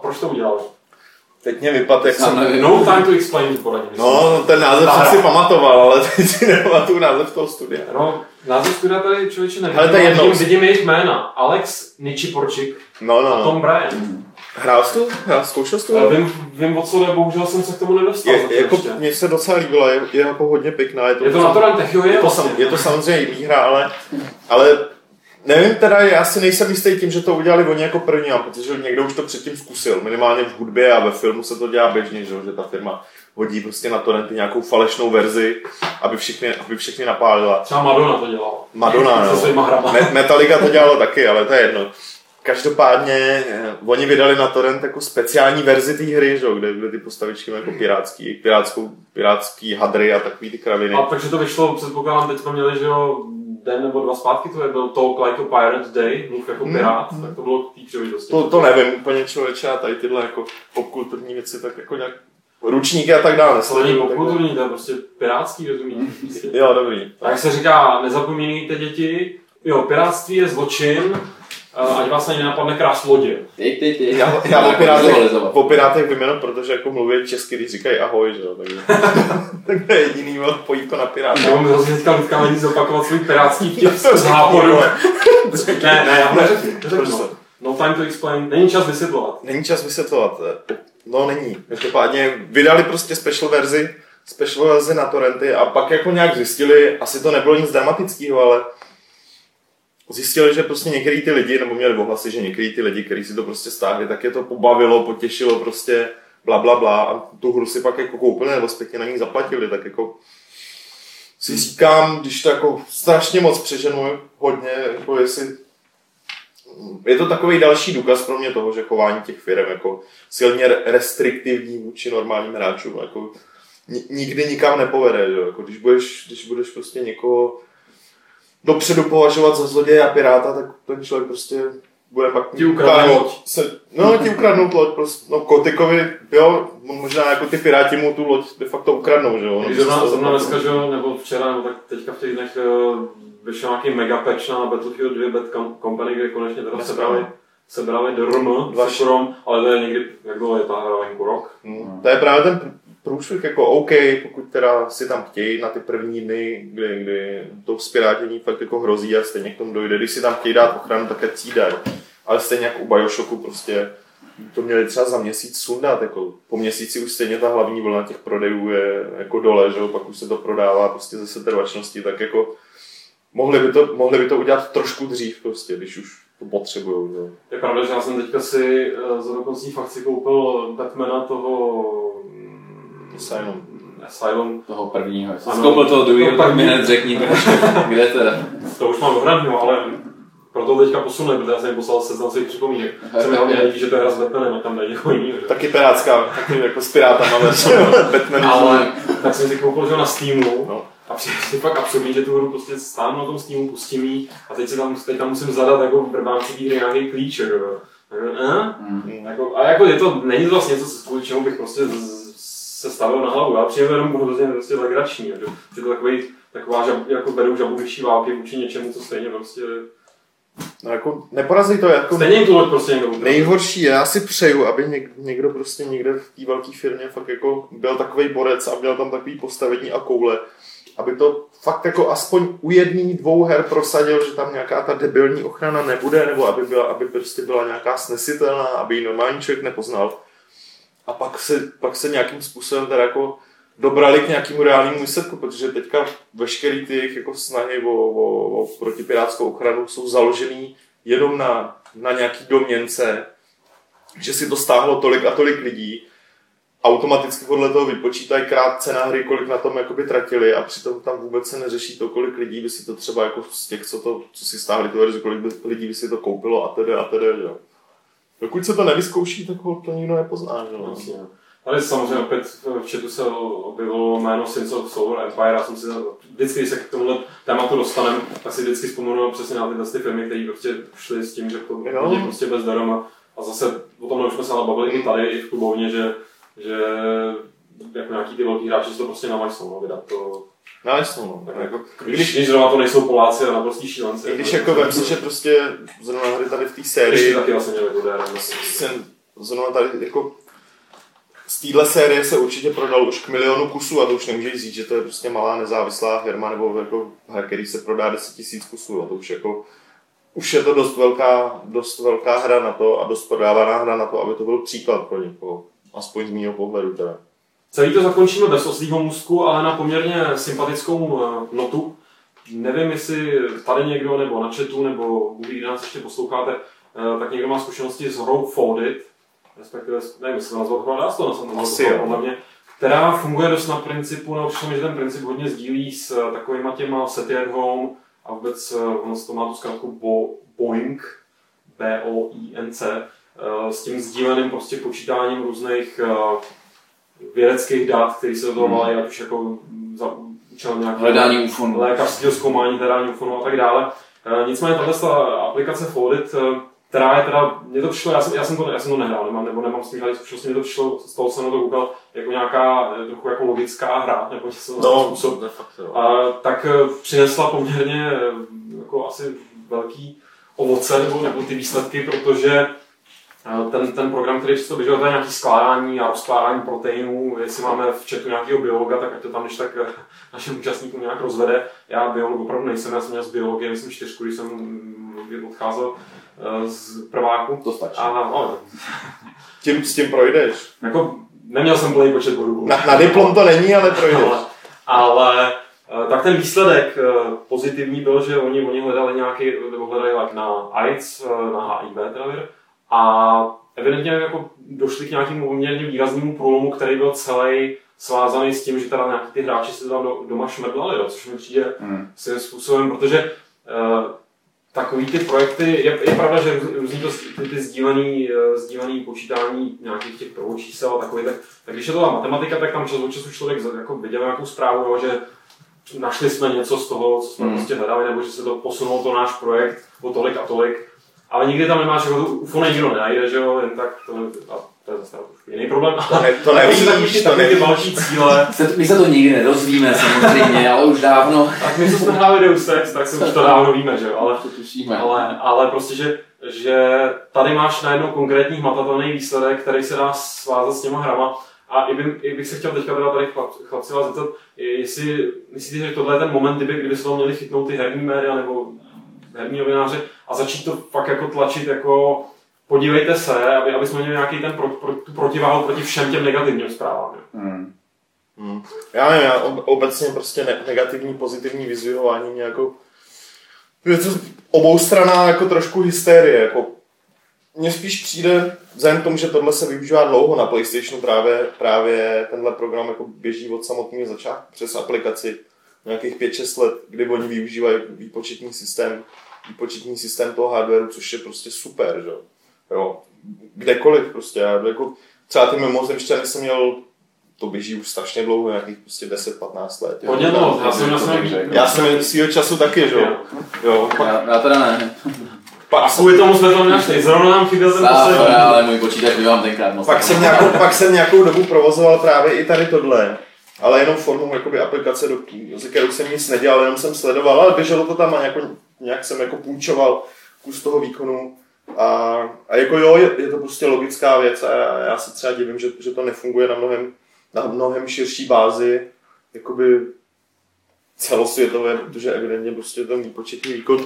proč to udělali? Teď mě vypadl, jak jsem... No time to explain, poradím. No, ten název jsem si pamatoval, ale teď si nepamatuju název toho studia. No, název studia tady člověče nevím. Ale to je jedno. Vidím jejich jména. Alex Ničiporčik a Tom Bryan. Hrál jsi tu? Zkoušel jsi tu? Vím o co jde, bohužel jsem se k tomu nedostal. Jako, mně se docela líbila, je jako hodně pěkná. Je to na torrentech, jo, je to samozřejmě jiný hra, ale nevím teda, já si nejsem jistý tím, že to udělali oni jako první, protože někdo už to předtím zkusil, minimálně v hudbě a ve filmu se to dělá běžně, že ta firma hodí prostě na torrenty nějakou falešnou verzi, aby všechny napálila. Třeba Madonna to dělala. Madonna, no. Metallica to dělalo taky, ale to je jedno. Každopádně oni vydali na torrent jako speciální verzi té hry, že? Kde ty postavičky mají jako pirátský hadry a takový ty kraviny. A takže to vyšlo, předpokládám, teď jsme měli, že jo, den nebo dva zpátky, to byl Talk Like a Pirate Day, mluv jako pirát, tak to bylo k té příležitosti. To nevím úplně člověče a tady tyhle jako popkulturní věci, tak jako nějak ručníky a tak dále. To není popkulturní, to je prostě pirátský, rozumíš? Jo, dobrý. Tak se říká, nezapomínejte děti, jo, pirátství je zločin, ať vás ani nenapadne krás lodě. Já o pirátech vím, protože jako mluví česky, když říkají ahoj, že jo, takže to je jediný odpojítko na piráta. Já mám zase teďka Ludka není zopakovat svůj pirátský vtip z háporu. Ne, já neřeknu. No time to explain. Není čas vysvětlovat. No není. Každopádně vydali prostě special verzi na torrenty a pak jako nějak zjistili, asi to nebylo nic dramatického, ale zjistili, že prostě některý ty lidi, nebo měli ohlasy, že některý ty lidi, kteří si to prostě stáhli, tak je to pobavilo, potěšilo prostě bla a tu hru si pak jako koupili nebo zpětně na ní zaplatili, tak jako si říkám, když to jako strašně moc přeženu hodně, jako jestli je to takový další důkaz pro mě toho, že chování těch firm jako silně restriktivní vůči normálním hráčům, jako nikdy nikam nepovede, že? Jako když budeš prostě někoho dopředu považovat za zloděje a piráta, tak ten člověk prostě bude pak ti ukradnout loď. Ti ukradnout loď, prostě, no Kotykovi, jo, možná jako ty piráti mu tu loď de facto ukradnou, že jo. Zrovna dneska, že jo, nebo včera, nebo tak teďka v těch dnech vyšel nějaký mega patch na Battlefield 2 Bad Company, kde konečně teda sebrali DRM, ale to je někdy, jak dlouho je ta hra, venku rok. To je právě ten průšvih, jako OK, pokud teda si tam chtějí na ty první dny, kdy to vzpirátění fakt jako hrozí a stejně k tomu dojde, když si tam chtějí dát ochranu, tak je dají. Ale stejně jako u Bioshocku prostě to měli třeba za měsíc sundat, jako po měsíci už stejně ta hlavní vlna těch prodejů je jako dole, že jo, pak už se to prodává prostě ze setrvačnosti, tak jako mohli by to udělat trošku dřív prostě, když už to potřebujou. Jo. Je pravda, že já jsem teďka si za dokoncí fakci koupil Batmana toho Asylum. Toho prvního. Koupil toho druhého, tak mi hned řekni, kde teda. To už mám dohradního, ale proto teďka posunuli, protože já jsem jim poslal seznam svých připomínek. Se mi hlavně neví, že to je hra s Batmanem, a tam dají někoho jiného. Taky pirátská, taky jako s pirátama Batman. Ale tak jsem si koupil že na Steamu. No. A přijde fakt absurdní, že tu hru prostě stáhnu na tom Steamu, pustím jí a teď tam musím zadat jako v rámci té hry nějaký klíč. Jako je to, není to vlastně něco, kvůli čemu bych prostě se stavil na hlavu. Já přijde jenom hrozně prostě legrační, že to taková jako berou žabu vyšší války vůči něčemu, co stejně prostě. No jako neporazí to jako. Stejně jim tu loď prostě někdo ukradl. Nejhorší je, já si přeju, aby někdo prostě někde v té velké firmě fakt jako byl takovej borec a měl tam takový postavení a koule, aby to fakt jako aspoň u jedný, dvou her prosadil, že tam nějaká ta debilní ochrana nebude, nebo aby prostě byla nějaká snesitelná, aby ji normální člověk nepoznal. A pak se nějakým způsobem teda jako dobrali k nějakému reálnému výsledku, protože teďka veškerý ty jako snahy o protipirátskou ochranu jsou založený jenom na nějaký domněnce, že si to stáhlo tolik a tolik lidí, automaticky podle toho vypočítají krátce na hry, kolik na tom jakoby tratili a přitom tam vůbec se neřeší to, kolik lidí by si to třeba jako z těch, co si stáhli tu verzi, kolik lidí by si to koupilo a tedy, jo. Dokud se to nevyzkouší, tak to nikdo nepozná, že jo. Tady samozřejmě opět v chatu se objevilo jméno Sins of Solar Empire. Já jsem si vždycky, když se k tomuhle tématu dostaneme, tak si vždycky vzpomenu přesně na tyhle firmy, které prostě šly s tím, že to je prostě bez daroma. A zase o tomhle už jsme se ale bavili i tady, i v klubovně, že jako nějaký ty velký hráči si to prostě namajsnou, vydat to. No. Tak jako, když zrovna to nejsou Poláci a naprostí šílenci. I když jako vem si, že prostě zrovna hry tady v té sérii taky vlastně měli to zrovna tady jako z téhle série se určitě prodal už k 1 milionu kusů a to už nemůžeš říct, že to je prostě malá nezávislá firma nebo jako hra, který se prodá 10 000 kusů a to už jako už je to dost velká hra na to a dost prodávaná hra na to, aby to byl příklad pro někoho, aspoň z mýho pohledu teda. Celý to zakončíme bez oslího můstku, ale na poměrně sympatickou notu. Nevím, jestli tady někdo, nebo na chatu, nebo když nás ještě posloucháte, tak někdo má zkušenosti s hrou Folded, respektive, nevím, jestli to nazval podle mě, která funguje dost na principu, no přišlo mi, že ten princip hodně sdílí s takovýma těma Sety at Home a vůbec ono to má tu zkrátku Boing, B-O-I-N-C, s tím sdíleným prostě počítáním různých vědeckých dat, které se do toho mají, ať už jako za účelem nějakého lékařského zkoumání, hledání ufonu a tak dále. Nicméně tato aplikace Folded, která je teda, mně to přišlo, já jsem to nehrál, nemám s tím žádný zkušenosti, mně to přišlo, z toho jsem to koukal, jako nějaká trochu jako logická hra, nebo něco způsob. Tak přinesla poměrně jako asi velký ovoce, nebo ty výsledky, protože ten program, který přesto běžel, to je nějaký skládání a rozkládání proteinů. Jestli máme v chatu nějakého biologa, tak ať to tam když tak našim účastníkům nějak rozvede. Já biolog opravdu nejsem, já jsem měl z biologie, myslím 4, když jsem odcházel z prváku. To stačí. S tím projdeš. Jako, neměl jsem plný počet bodů. Na diplom to není, ale projdeš. Ale tak ten výsledek pozitivní byl, že oni hledali nějaký, nebo hledali na AIDS, na HIV teda, a evidentně jako došli k nějakému poměrně výraznému průlomu, který byl celý svázaný s tím, že teda nějaký ty hráči se tam doma šmrdlali, což mi přijde svým způsobem, protože takový ty projekty, je pravda, že různý ty sdílený počítání nějakých těch prvočísel a takový, tak když je to ta matematika, tak tam čas od času člověk jako viděl nějakou zprávu, že našli jsme něco z toho, co jsme prostě hledali, nebo že se to posunulo to náš projekt o tolik a tolik. Ale nikdy tam nemáš, jako UFO nikdo nenajde, že jo, jen tak to je zase jiný problém. To nevíš, to nevíš. Ty velký cíle. My se to nikdy nedozvíme samozřejmě, ale už dávno. Tak my, co jsme hráli Deus Ex, tak se už to dávno víme, že jo, ale prostě, že tady máš najednou konkrétní hmatatelný výsledek, který se dá svázat s těma hrama. A i bych se chtěl teďka teda tady chlapci vás zeptat, jestli myslíte, že tohle je ten moment, kdyby se to měli chytnout ty herní média nebo herní novináři a začít to fakt jako tlačit jako podívejte se, aby jsme měli nějaký ten tu protiváhu proti všem těm negativním zprávám. Já nevím, já obecně prostě negativní, pozitivní vyzvihování nějakou je to oboustranná jako trošku hysterie, jako mně spíš přijde, vzhledem k tomu, že tohle se využívá dlouho na PlayStationu, právě tenhle program jako běží od samotného začátku přes aplikaci nějakých 5-6 let, kdy oni využívají výpočetní systém toho hardwareu, což je prostě super, že jo. Kdekoliv prostě, jako třeba ty mimozemšťany jsem měl, to běží už strašně dlouho, nějakých prostě 10-15 let. Hodně moc, já jsem svýho času taky, že jo. Já teda ne. A kvůli tomu jsme tam našli, zrovna nám chyběl ten poslední. Ale můj počítač by vám tenkrát moc. Pak jsem nějakou dobu provozoval právě i tady tohle, ale jenom formou jakoby aplikace, ze kterou jsem nic nedělal, jenom jsem sledoval, ale běželo to tam a nějak jsem jako půjčoval kus toho výkonu. A jako jo, je to prostě logická věc a já se třeba divím, že to nefunguje na mnohem širší bázi, jakoby celosvětové, protože evidentně prostě ten výpočetní výkon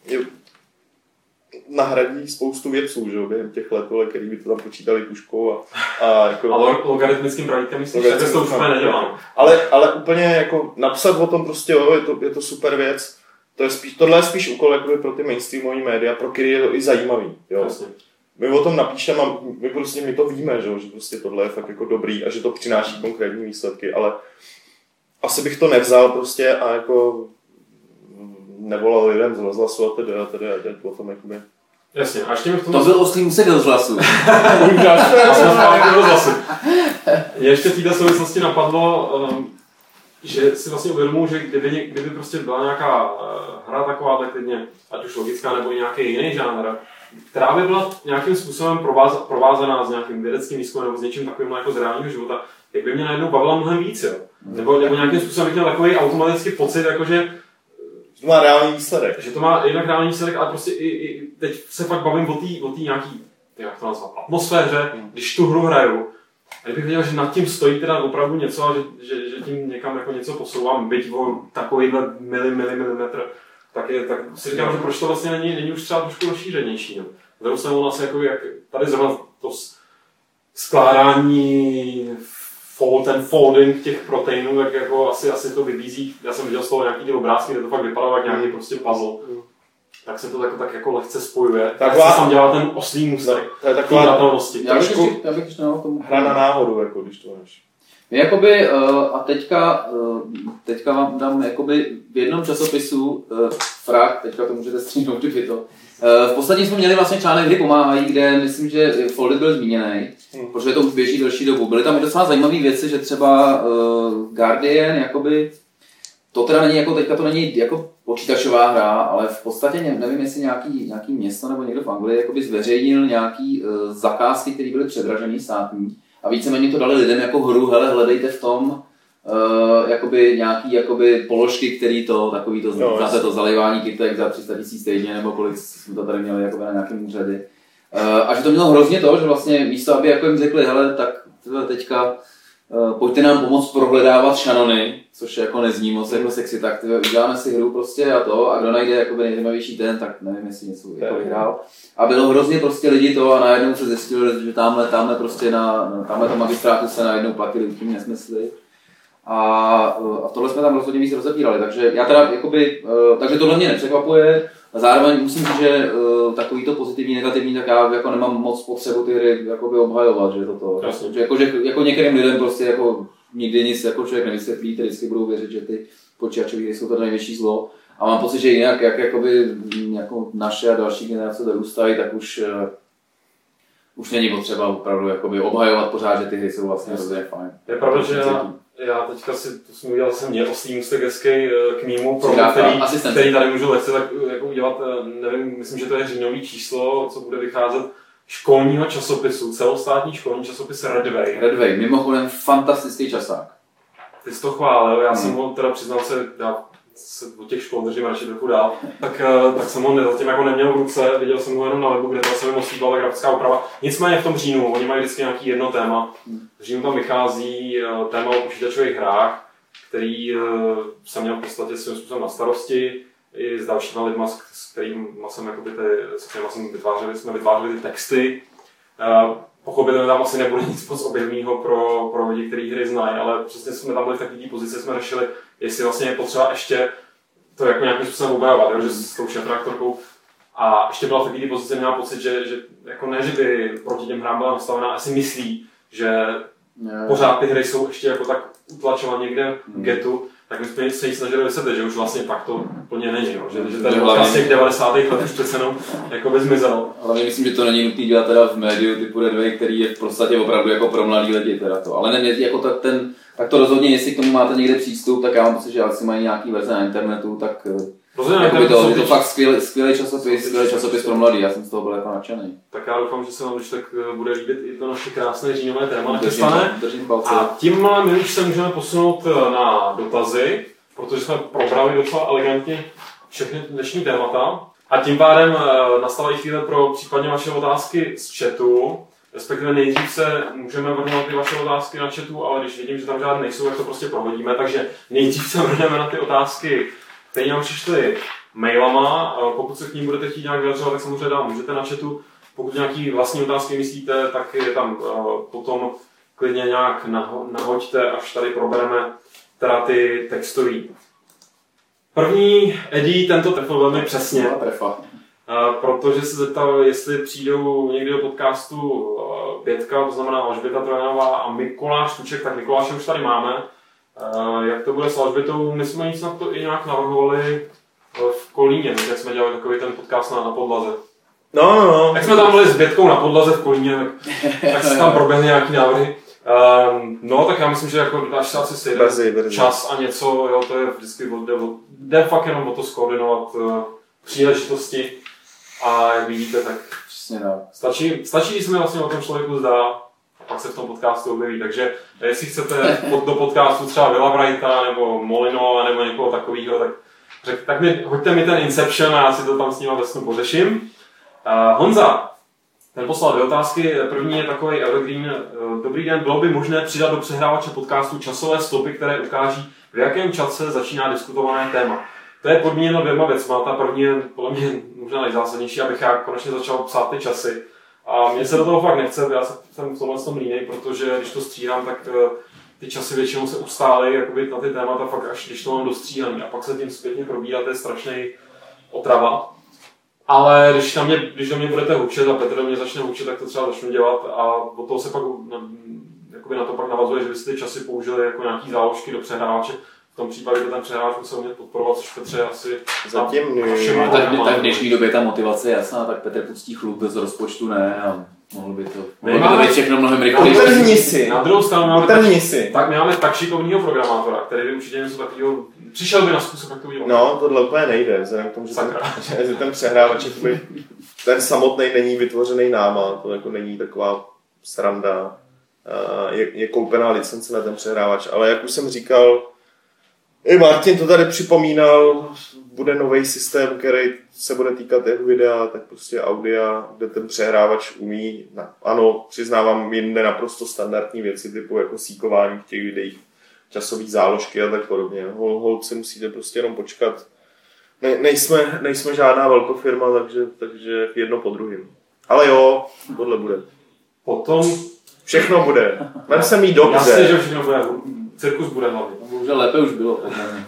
nahradí spoustu věců, že jo, během těch let, který by to tam počítali tuškou a jako... Ale logaritmickým pravítkem myslíš, že to už úplně nedělám. Ale úplně jako napsat o tom prostě, jo, je to super věc. Tohle je spíš úkol jakoby pro ty mainstreamové média, pro který je to i zajímavý, jo. Jasně. My o tom napíšeme a my to víme, že prostě tohle je fakt jako dobrý a že to přináší konkrétní výsledky, ale asi bych to nevzal prostě a jako nevolal lidem z rozhlasu a tedy o tom jakoby. Jasně, a ještě mi v tom... To byl oslý úsek rozhlasu. Ještě v této souvislosti napadlo, že si vlastně uvědomuji, že kdyby prostě byla nějaká hra taková, tak klidně, ať už logická nebo i nějaký jiný žánr, která by byla nějakým způsobem provázaná s nějakým vědeckým výzkumem nebo s něčím takovým jako z reálního života, jak by mě najednou bavila mnohem víc, jo. Nebo nějakým způsobem bych měl takový automatický pocit, jakože to má reálný výsledek. Že to má jednak reálný výsledek, ale prostě i teď se fakt bavím o té nějaký jak to nazvat, atmosféře, když tu hru hraju. A kdybych věděl, že nad tím stojí teda opravdu něco a že tím někam jako něco posouvám, byť o takovýhle milimetr, tak si říkám, že proč to vlastně není už třeba trošku rozšířenější. Zrovna jsem vlastně jako, jak tady zrovna to skládání, ten folding těch proteinů, tak jako asi to vybízí. Já jsem viděl z toho nějaký ty obrázky, kde to fakt vypadalo jak nějaký prostě puzzle. Tak se to tak jako lehce spojuje. Tak se tam dělá ten oslý můstek. To je taková datelnosti. Já bych ještě hra na náhodu, jako když to máš. Jakoby, a teďka vám dám jakoby v jednom časopisu Frak, teďka to můžete stříhnout, kdyby to. V poslední jsme měli vlastně článek Hry pomáhají, kde myslím, že Folded byl zmíněný, protože to už běží delší dobu. Byly tam i docela zajímavé věci, že třeba Guardian, jakoby, to teda není jako, teďka to není jako počítačová hra, ale v podstatě nevím, jestli nějaký město nebo někdo v Anglii jakoby zveřejnil nějaký zakázky, které byly předražený státní. A víceméně to dali lidem jako hru, hele, hledejte v tom jakoby nějaký jakoby položky, který to, takový to, znáte to zalejvání kytek za 300 000 týdně, nebo kolik jsme to tady měli jakoby na nějakém úřady. A že to mělo hrozně to, že vlastně místo, aby jako jim řekli, hele, tak teďka pojďte nám pomoct prohledávat šanony, což jako nezní moc jako sexy, tak uděláme si hru prostě a kdo najde jakoby nejzajímavější ten, tak nevím, jestli něco jako vyhrál. A bylo hrozně prostě lidi to a najednou se zjistilo, že tamhle prostě tamhle tom magistrátu se najednou platili úplně nesmysly. A tohle jsme tam rozhodně víc rozebírali, takže já teda jakoby, takže tohle mě nepřekvapuje. A zároveň musím říct, že takový to pozitivní, negativní, tak já jako nemám moc potřebu ty hry jakoby obhajovat, že toto. Že jako některým lidem prostě jako nikdy nic jako člověk nevysvětlí, ty vždycky budou věřit, že ty počítačové hry jsou to největší zlo. A mám pocit, že jinak, jak jakoby, jako naše a další generace dorůstají, tak už není potřeba opravdu jakoby obhajovat pořád, že ty hry jsou vlastně hrozně fajn. Je pravda, že já teďka to jsem udělal, oslý můstek hezký k mýmu promu, který tady můžu lehce tak jako udělat, nevím, myslím, že to je říjnový číslo, co bude vycházet školního časopisu, celostátní školní časopis Redway. Redway, mimochodem fantastický časák. Ty jsi to chválil, já jsem ho teda přiznal já se od těch škol držím radši trochu dál, tak jsem ho zatím jako neměl v ruce, viděl jsem ho jenom na webu, kde to se mi moc líbila grafická úprava. Nicméně v tom říjnu, oni mají vždycky nějaký jedno téma. V říjnu tam vychází téma o počítačových hrách, který jsem měl v podstatě svým způsobem na starosti, i s dalšíma lidma, s kterými jsme vytvářeli ty texty. Pochopitelně tam asi nebude nic moc objevného pro lidi, kteří hry znají, ale přesně jsme tam byli v takové pozici, jsme řešili, jestli vlastně je potřeba ještě to jako nějakým způsobem obhajovat, že s tou šéfredaktorkou. A ještě byla v takové pozici, měla pocit, že jako ne, že by proti těm hrám byla nastavená, asi myslí, že pořád ty hry jsou ještě jako tak utlačované někde v getu, tak my jsme se jí snažili vysvětlit, že už vlastně tak to úplně není, že ten podcast těch 90. let už přece jenom jako zmizel. Ale myslím, že to není nutné dělat teda v médiu typu Redway, který je v podstatě opravdu jako pro mladý lidi teda to. Ale ne, jako tak to rozhodně, jestli k tomu máte někde přístup, tak já mám pocit, že asi mají nějaký verze na internetu, tak je to fakt skvělý časopis pro mladý, já jsem z toho byl jako nadšený. Tak já doufám, že se vám už tak bude líbit i to naše krásné říjnové téma nachystané. A tím my už se můžeme posunout na dotazy, protože jsme probrali docela elegantně všechny dnešní témata. A tím pádem nastávají chvíle pro případně vaše otázky z chatu. Respektive nejdřív se můžeme vrhnout ty vaše otázky na chatu, ale když vidím, že tam žádné nejsou, tak to prostě prohodíme. Takže nejdřív se vrhneme na ty otázky, které nám přišly mailama. Pokud se k ním budete chtít nějak vyjadřovat, tak samozřejmě můžete na chatu. Pokud nějaký vlastní otázky myslíte, tak je tam potom klidně nějak nahoďte, až tady probereme teda ty textový. První Eddie tento trefil velmi přesně. Protože se zeptal, jestli přijdou někdy do podcastu Bětka, to znamená Alžběta Trojanová a Mikuláš Tuček, tak Mikuláše už tady máme. Jak to bude s Alžbětou? My jsme nic na to i nějak navrhovali v Kolíně, jak jsme dělali takový ten podcast na podlaze. No. Jak jsme tam byli s Bětkou na podlaze v Kolíně, tak se tam proběhly nějaký návrhy. Tak já myslím, že jako až se asi sejde čas a něco, jo, to je vždycky jde fakt jenom o to skoordinovat příležitosti a jak vidíte, tak stačí, když se mi vlastně o tom člověku zdá a pak se v tom podcastu objeví, takže jestli chcete do podcastu třeba Willa Wrighta nebo Molino nebo někoho takového, tak hoďte mi ten Inception a já si to tam s ním ve snu pořeším. Honza, Ten poslal 2 otázky. První je takový evergreen. Dobrý den, bylo by možné přidat do přehrávače podcastu časové stopy, které ukáží, v jakém čase začíná diskutované téma. To je podmíněno 2 věcma. Ta první je podle mě možná nejzásadnější, abych já konečně začal psát ty časy. A mně se do toho fakt nechce, já jsem v tomhle tom línej, protože když to stříhám, tak ty časy většinou se ustálí jakoby na ty témata fakt až když to mám dostříhaný. A pak se tím zpětně probírat, to je strašný otrava. Ale když do mě budete hučet a Petr do mě začne hučet, tak to třeba začnu dělat a od toho se pak na to pak navazuje, že byste ty časy použili jako nějaký záložky do přehrávače. V tom případě by ten přehrávač musel umět podporovat, což Petře asi... Zatím tak v dnešní době ta motivace je jasná, tak Petr pustí chlup bez rozpočtu, ne? A mohlo by to být všechno mnohem rychleji. Utrhni si! Na druhou stranu máme tak šikovného programátora, který by určitě něco takového... Přišel by na způsob, jak to udělat. No, tohle úplně nejde, vzhledem k tomu, že ten přehrávač ten samotný není vytvořený náma, to jako není taková sranda. Je koupená licence na ten přehrávač, ale jak už jsem říkal, i Martin to tady připomínal, bude nový systém, který se bude týkat jak videa, tak prostě audia, kde ten přehrávač umí, ano, přiznávám, jinde naprosto standardní věci, typu jako síkování v těch videích, časové záložky a tak podobně. Holci musíte prostě jenom počkat. Nejsme žádná velkofirma, takže jedno po druhém. Ale jo, tohle bude. Potom... Všechno bude. Vem se mít dobře. Jasně, že všechno bude. Cirkus bude hlavně. Bohužel lépe už bylo.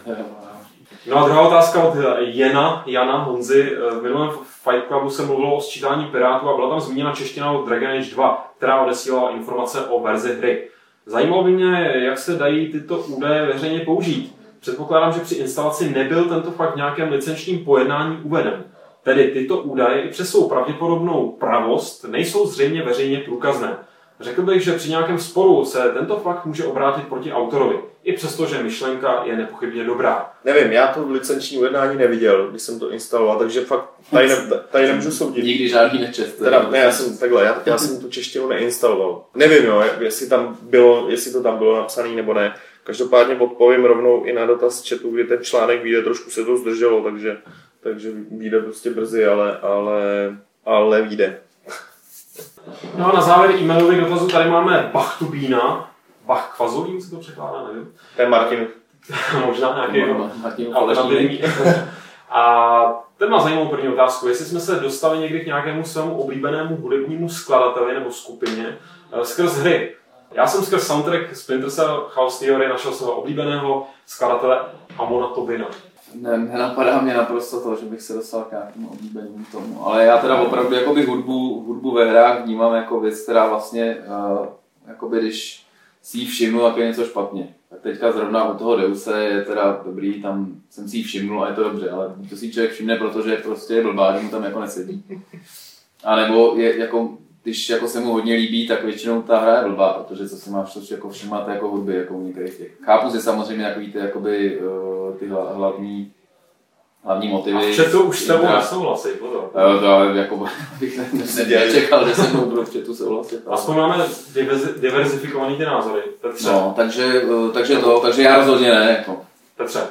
No a druhá otázka od Jana Honzy. V minulém Fight Clubu se mluvilo o sčítání pirátů a byla tam zmíněna čeština od Dragon Age 2, která odesílala informace o verzi hry. Zajímalo by mě, jak se dají tyto údaje veřejně použít. Předpokládám, že při instalaci nebyl tento fakt v nějakém licenčním pojednání uveden. Tedy tyto údaje i přes svou pravděpodobnou pravost nejsou zřejmě veřejně průkazné. Řekl bych, že při nějakém sporu se tento fakt může obrátit proti autorovi, i přesto, že myšlenka je nepochybně dobrá. Nevím, já to v licenční ujednání neviděl, když jsem to instaloval, takže fakt tady nemůžu soudit. Nikdy žádný nečest. Já jsem tu češtinu neinstaloval. Nevím, jo, jestli to tam bylo napsané nebo ne. Každopádně odpovím rovnou i na dotaz chatu, kdy ten článek vyjde, trošku se to zdrželo, takže vyjde prostě brzy, ale vyjde. No a na závěr e-mailových dotazů tady máme Bachtubína. Bachkvazolín se to překládá, nevím. To je Martin. Možná nějaký alternativní. A ten má zajímavou první otázku. Jestli jsme se dostali někdy k nějakému svému oblíbenému hudebnímu skladateli nebo skupině skrz hry. Já jsem skrz soundtrack Splinter Cell Chaos Theory našel svého oblíbeného skladatele Amona Tobina. Nenapadá mě naprosto to, že bych se dostal k nějakému oblíbenému tomu, ale já teda opravdu jakoby hudbu ve hrách vnímám jako věc, která vlastně, jakoby když si ji všimnu, tak je něco špatně. Tak teďka zrovna u toho Deuse je teda dobrý, tam jsem si ji všimnul a je to dobře, ale to si člověk všimne, protože prostě je blbá, že mu tam jako nesedí. A nebo je jako, když jako se mu hodně líbí, tak většinou ta hra je blbá, protože co si máš jako všímat jako hudby, jako u některých těch. Chápu si samozřejmě takový ty, jakoby, ty hlavní motivy. A v chatu už s tebou nesouhlasí, pozor. To jako bych nečekal, že se mnou budou v chatu souhlasit. Aspoň máme diverzifikovaný ty názory. Petře. No, takže já rozhodně ne. Jako. Petře.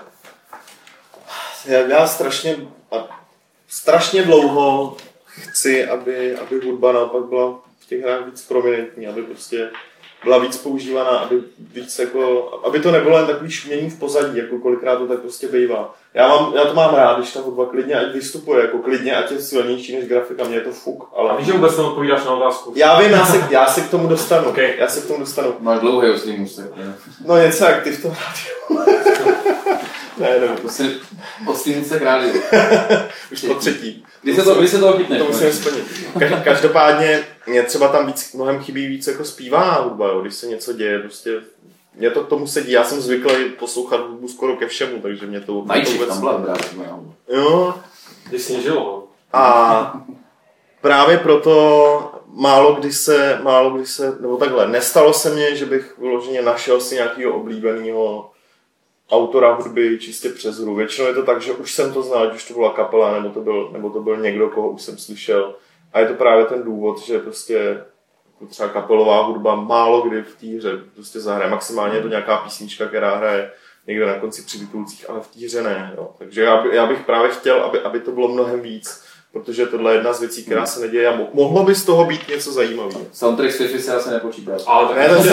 Já strašně dlouho chci, aby hudba naopak byla v těch hrách víc prominentní, aby prostě byla víc používaná, aby to nebylo jen takový šumění v pozadí, jako kolikrát to tak prostě bývá. Já to mám rád, když ta hudba klidně ať vystupuje, jako klidně, ať je silnější než grafika, mě je to fuk. Ale... A víš, že vůbec neodpovídáš na otázku? Já vím, já se k tomu dostanu. Okay. Máš dlouhý oslý můstek. No něco jak ty v tom rádiu. Ne. Oslý můstek rádiu. Už po třetí. Kdy se toho chytneš? To musím splnit. Každopádně mě třeba tam mnohem chybí víc jako zpívaná hudba, jo, když se něco děje, prostě mě to k tomu sedí, já jsem zvyklý poslouchat hudbu skoro ke všemu, takže mě to vůbec... tam byla dobrá. Jo. Když sněžilo. A právě proto málo kdy se, nebo takhle, nestalo se mně, že bych vyloženě našel si nějakého oblíbeného autora hudby čistě přes hru. Většinou je to tak, že už jsem to znal, ať už to byla kapela, nebo to byl někdo, koho už jsem slyšel. A je to právě ten důvod, že prostě třeba kapelová hudba málo kdy v té hře prostě zahraje. Maximálně je to nějaká písnička, která hraje někde na konci při titulcích, ale v té hře ne. Jo. Takže já bych právě chtěl, aby to bylo mnohem víc. protože tohle je jedna z věcí, která se neděje a mohlo by z toho být něco zajímavého. Soundtrack z FIFA se asi nepočítá. Ale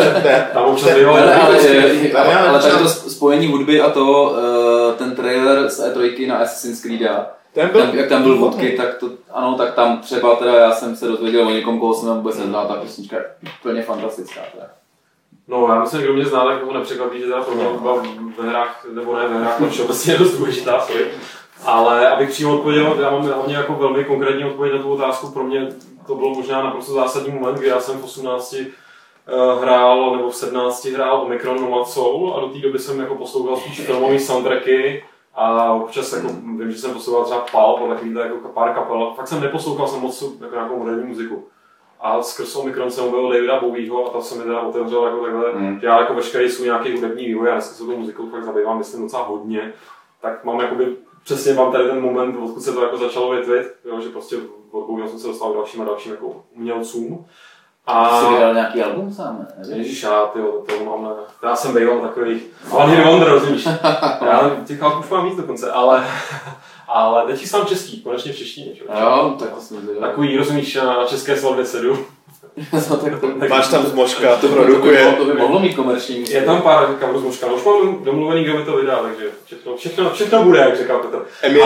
tady to spojení hudby a to, ten trailer z E3 na Assassin's Creed, jak tam byl vodky, tak to, ano, tak tam třeba teda já jsem se dozvěděl o někom, koho jsem vůbec neznal, ta písnička je úplně fantastická. Teda. No, já myslím, že kdo mě zná, tak toho nepřekvapí, že teda pro mě hudba ve hrách, nebo ne ve hrách, to všeobecně je dost důležitá, sorry. Ale abych přímo odpověděl, já mám hlavně jako velmi konkrétní odpověď na tu otázku, pro mě to bylo možná naprosto zásadní moment, kdy já jsem v 18 hrál, nebo v 17 hrál Omikron Nomad Soul a do té doby jsem jako poslouchal spíš filmové soundtracky a občas jako, vím, že jsem poslouchal třeba Pulp a takovýhle jako pár kapel, fakt jsem neposlouchal jsem moc jako nějakou moderní muziku. A skrz Omikron jsem byl Davida Bowieho a ta se mi teda otevřel jako takhle, že já jako veškerý svůj nějaký hudební vývoj, já dneska se tou muzikou fakt zabývám, myslím docela hodně, tak mám jakoby, přesně mám tady ten moment, odkud se to jako začalo větvit, jo, že prostě od Bowieho jsem se dostal k dalším a dalším jako umělcům. A jsi vydal nějaký album sám, ne? Ježíš, já to mám, já jsem býval takových, One Hit Wonder, rozumíš, já těch album už mám víc dokonce, ale teď jsem český, konečně v češtině. Jo, tak to jsem viděl. Takový, rozumíš, na české slavě sedu. Máš tam Zmožka, to produkuje. To by mohlo mít komerční musik. Je tam pár kamerů Zmožka, už mám domluvený, kdo mi to vydá, takže všechno bude, jak říká Petr.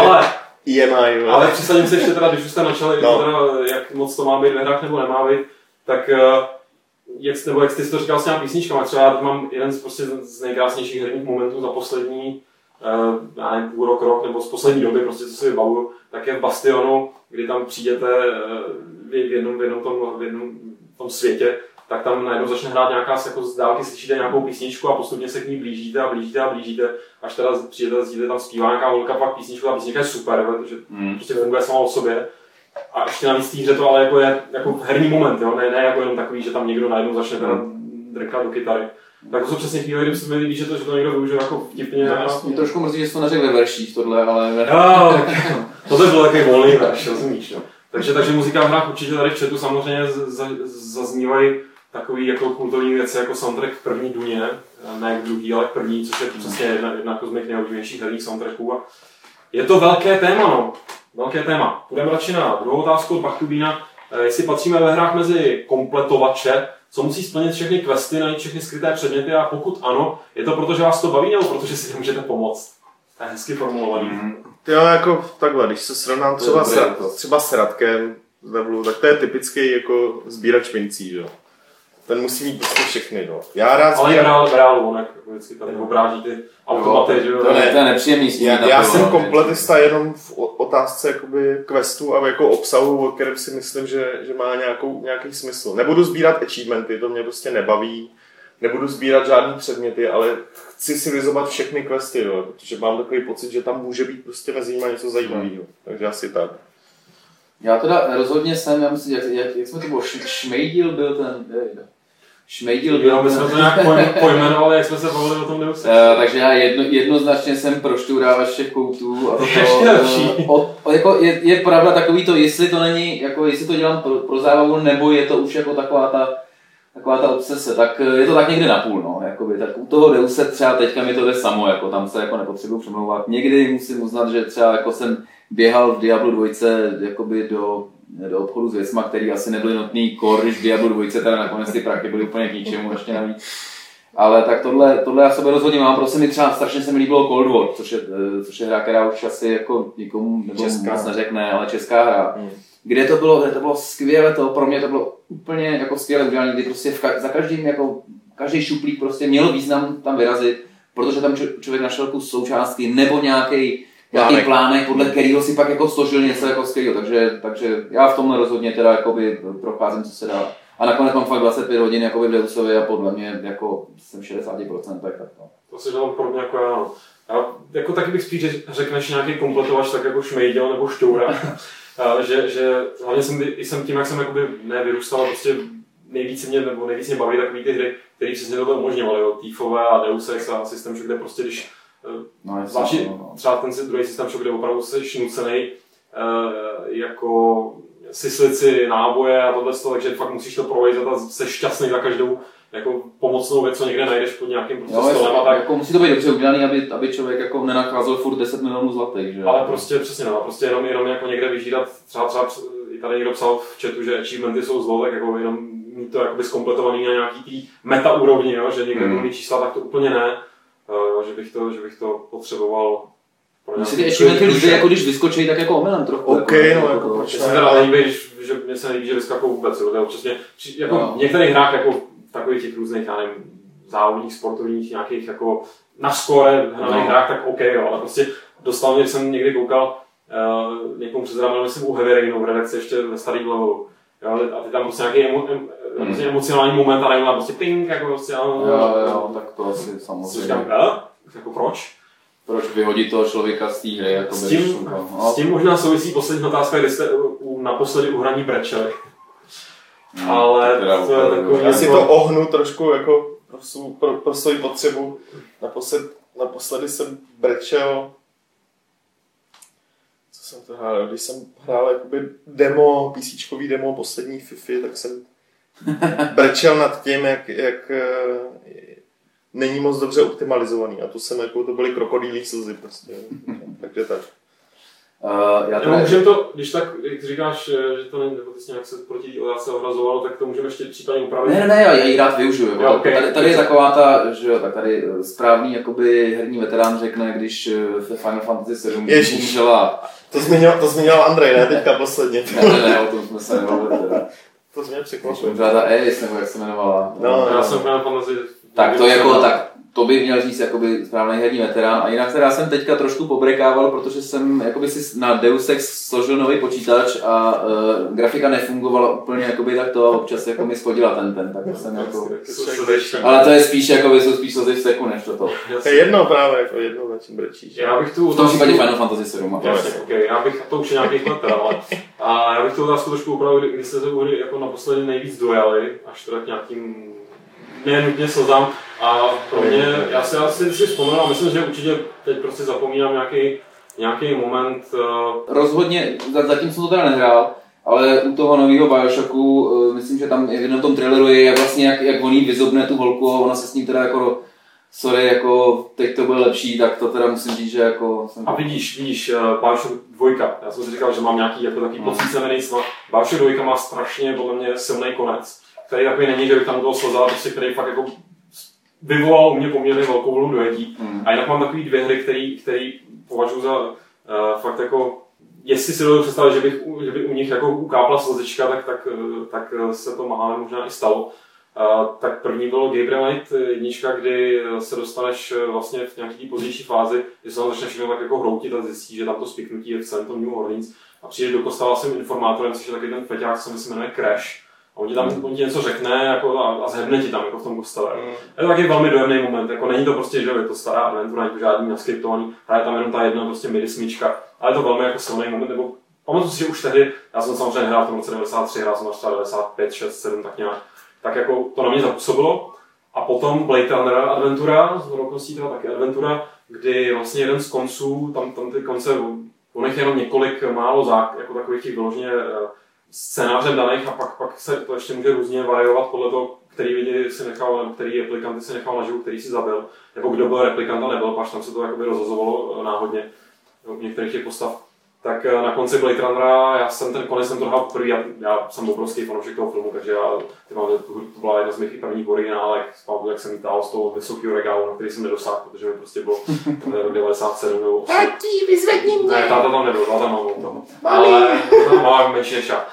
Ale přisadím se ještě teda, když už jste načali, jak moc to má být ve hrách nebo nemá být, tak jak jsi to říkal s těma písničkama, třeba já mám jeden z nejkrásnějších herních momentů za poslední půl rok, nebo z poslední doby, prostě co si vybavuju, tak je v Bastionu, kdy tam přijdete v jednom tom světě, tak tam najednou začne hrát nějaká, jako z dálky slyšíte nějakou písničku a postupně se k ní blížíte, až teda přijete, zjistíte, tam zpívá nějaká holka, pak písničku, ta písnička je super, protože prostě funguje sama o sobě. A ještě navíc té hře to ale jako je jako herní moment, jo? Ne jako jenom takový, že tam někdo najednou začne drkat do kytary. Tak to jsou přesně chvíle, kdy se mi líbí, že to někdo využil jako vtipně. Mě trošku mrzí, že jsi to neřekl ve verších tohle, ale... Jo, to byl takový volný verš, rozumíš, jo. Takže muzika v hrách určitě tady v chatu samozřejmě zaznívají takový jako kulturní věci jako soundtrack k první Duně, ne k druhý, ale k první, což je přesně jedna z mých nejoblíbenějších herních soundtracků. A je to velké téma, no. Velké téma. Půjdeme radši na druhou otázku od Bachtubína. Jestli patříme ve hrách mezi kompletovače, co musí splnit všechny questy, najít všechny skryté předměty a pokud ano, je to proto, že vás to baví nebo protože si nemůžete pomoct? To je hezky formulovaný. Jo, jako takhle, když se srovnám třeba s Radkem z Levelu, tak to je typický jako sbírač mincí, že? Ten musí mít prostě všechny, no. Já rád ale je v reálu, jako vždycky tady obráží ty automaty, že jo? To je nepříjemný. Já jsem kompletista jenom v otázce jakoby questu a jako obsahu, o kterém si myslím, že má nějaký smysl. Nebudu sbírat achievementy, to mě prostě nebaví. Nebudu sbírat žádný předměty, ale chci si vyzobrat všechny questy, jo, protože mám takový pocit, že tam může být prostě mezi nimi něco zajímavého. Takže asi tak. Já teda rozhodně jsem, já myslím, jak jsme to bylo, Šmejdil byl ten... Šmejdil byl my jsme to nějak pojmenovali, jak jsme se bavili o tom Deus. Takže já jednoznačně jsem proštourávač všech koutů. Jako je pravda takový to, jestli to není, jako jestli to dělám pro zábavu, nebo je to už jako taková ta obsese, tak je to tak někde na půl, no, jakoby, tak u toho Deuse třeba teďka mi to jde samo, jako tam se jako nepotřebuji přemlouvat. Někdy musím uznat, že třeba jako jsem běhal v Diablo 2 jakoby do obchodu s věcma, který asi nebyly notný core, když v Diablo 2 teda nakonec ty prachy byly úplně k ničemu, ještě navíc. Ale tak tohle já sobě rozhodně mám, prostě mi třeba strašně se mi líbilo Cold War, což je hra, která už asi jako nikomu nebo moc neřekne, ale česká hra. Kde to bylo skvěle, pro mě to bylo úplně jako skvěle udělané, kdy prostě za každým jako každý šuplík prostě měl význam tam vyrazit, protože tam člověk našel kus součástky nebo nějaký plánek, podle kterého si pak jako složil něco jako skvělého, takže já v tomhle rozhodně teda jakoby procházím, co se dá. A nakonec mám fakt 25 hodin jakoby v Deusovi a podle mě jako jsem 60%, tak no. To si dělám podobně jako já, no. Já jako taky bych spíš řekneš nějaký kompletovač, tak jako Šmejdil nebo Šťoura. že hlavně jsem tím, jak jsem jakoby nevyrůstal, prostě nejvíc mě baví takový ty hry, které přesně tohle umožňovaly, Thiefové a Deus Ex a System Shock, kde prostě když třeba ten druhý System Shock, kde opravdu jsi nucenej jako syslit si náboje a tohle, takže fakt musíš to prolejzat a jsi šťastný za každou jako pomocnou věc, co někde najdeš pod nějakým prostě stolem a tak. Jako musí to být dobře udělaný, aby člověk jako nenacházel furt 10 milionů zlatých, že? Ale prostě přesně prostě jenom jako někde vyžírat, třeba tady někdo psal v chatu, že achievementy jsou zlo, tak jako jenom mít to jakoby zkompletovaný na nějaký tý meta úrovni, jo, že někde budou mít čísla, tak to úplně ne, že bych to potřeboval. Myslím, že achievementy líbí, jako když vyskočí, tak jako omylem trochu. OK, jako proč ne? Teda nelíbí, že mě se nelíbí, že vyskakují vůbec, jo, občasně, jako v některých hrách, jako v takových těch různých, já nevím, závodních, sportovních, nějakých jako na skóre hraných hrách, tak OK, jo, ale prostě dostal mě, když jsem někdy koukal někomu přes ráno, myslím u Heavy Rainu v redakci ještě ve starým levelu. Jo, a ty tam prostě nějaký prostě emocionální moment a nejmá prostě ping, jako prostě jo, tak to asi samozřejmě. Říkám, jako proč? Proč vyhodit toho člověka z té hry? Jako s tím možná souvisí poslední otázka, kdy jste naposledy u hraní brečeli. Ale to je takový... Já si to ohnu trošku jako pro svou potřebu. Naposledy jsem brečel. Co jsem to hrál? Když jsem hrál jakoby demo, PCčkový demo poslední FIFA, tak jsem brečel nad tím, jak není moc dobře optimalizovaný. A to byly krokodýlí slzy prostě. Takže tak. Můžeme to, když tak, jak říkáš, že to není, nebo ty jsi nějak se proti té otázce ohrazovalo, tak to můžeme ještě případně upravit. Ne, já ji rád využiju. Jo, okay. Tady je taková ta, že jo, tak tady správný jakoby herní veterán řekne, když ve Final Fantasy 7 umřela. To zmiňoval Andrej, ne? Teďka posledně. Ne, o tom jsme se nebavili teda. To mě překvapilo. Umřela ta Ace, nebo jak se jmenovala. No, já jsem Final Fantasy... Tak to jako, tak to by měl říct jakoby správný herní veterán. A jinak teda jsem teďka trošku pobrekával, protože jsem jakoby si na Deus Ex složil nový počítač a grafika nefungovala úplně jakoby takto a občas jako mi schodila ten, tak jsem jako... Ale to je spíš jakoby, jsou spíš slzy v seku než toto. To je jedno právě, jako jedno za čím brečíš. Já bych tu v tom případě Final Fantasy 7. Jasně, okay. Já bych to už nějakých let teda, ale a já bych tu otázku trošku upravil, kdy jste se jako naposledy nejvíc dojali, až teda k nějakým nenutně slzám. A pro mě, já si vzpomínám, myslím, že určitě teď prostě zapomínám nějaký moment. Rozhodně, zatím jsem to teda nehrál, ale u toho nového Bioshocku, myslím, že tam v jednom tom traileru je vlastně jak on jí vyzobne tu holku a ona se s ním teda jako sorry, jako teď to bude lepší, tak to teda musím říct, že jako... A vidíš, Bioshock 2, já jsem si říkal, že mám nějaký jako takový pocícený snad. Bioshock 2 má strašně podle mě silný konec, který takový není, že bych tam toho slzal, prostě který fakt jako vyvolal u mě poměrně velkou vlnu dojetí. A jinak mám takový dvě hry, který považuji za fakt jako, jestli si dovedu představit, že by u nich jako ukápla slzička, tak se to možná i stalo. Tak první bylo Gabriel Knight 1, kdy se dostaneš vlastně v nějaké pozdější fázi, že se tam začne všechno tak jako hroutit a zjistí, že tam to spiknutí je v celém tom New Orleans. A přijdeš do kostela s tím informátorem, což je taky ten feťák, co se jmenuje Crash. A on ti něco řekne jako, a zhebne ti tam jako v tom kostele. Je to taky velmi dojemný moment, jako není to prostě, že je to stará adventura, není to žádný naskriptovaný, hraje tam jenom ta jedna prostě midi smyčka, ale je to velmi jako silný moment, nebo pamatuju si, že už tehdy, já jsem samozřejmě hrál v tom roce 93, hrál jsem až třeba 95, 6, 7, tak nějak, tak jako to na mě zapůsobilo. A potom Blade Runner adventura, z rovností teda taky adventura, kdy vlastně jeden z konců, tam ty konce, on je jenom několik málo jako takových těch vyloženě scénářem daných a pak se to ještě může různě variovat podle toho, který lidi si nechal, nebo který replikanty si nechal naživu, který si zabil, nebo kdo byl replikant a nebyl, až tam se to jakoby rozhazovalo náhodně u některých těch postav. Tak na konci Blade Runnera, já jsem ten konec to hrál poprvé, já jsem obrovský fanoušek toho filmu, takže to byla jedna z mých prvních originálek, zpamatuju, jak jsem lítal z toho vysokého regálu, na který jsem nedosáhl, protože mi prostě bylo rok 97 nebo 8. Tati, vyzvedni mě! Ne, táta tam nebyl, táta mám tam. Ale táta má menší než já.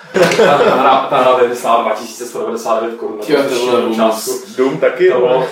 Ta hra tehdy stála 2199 korun. To bylo částku. Doom taky? To bylo.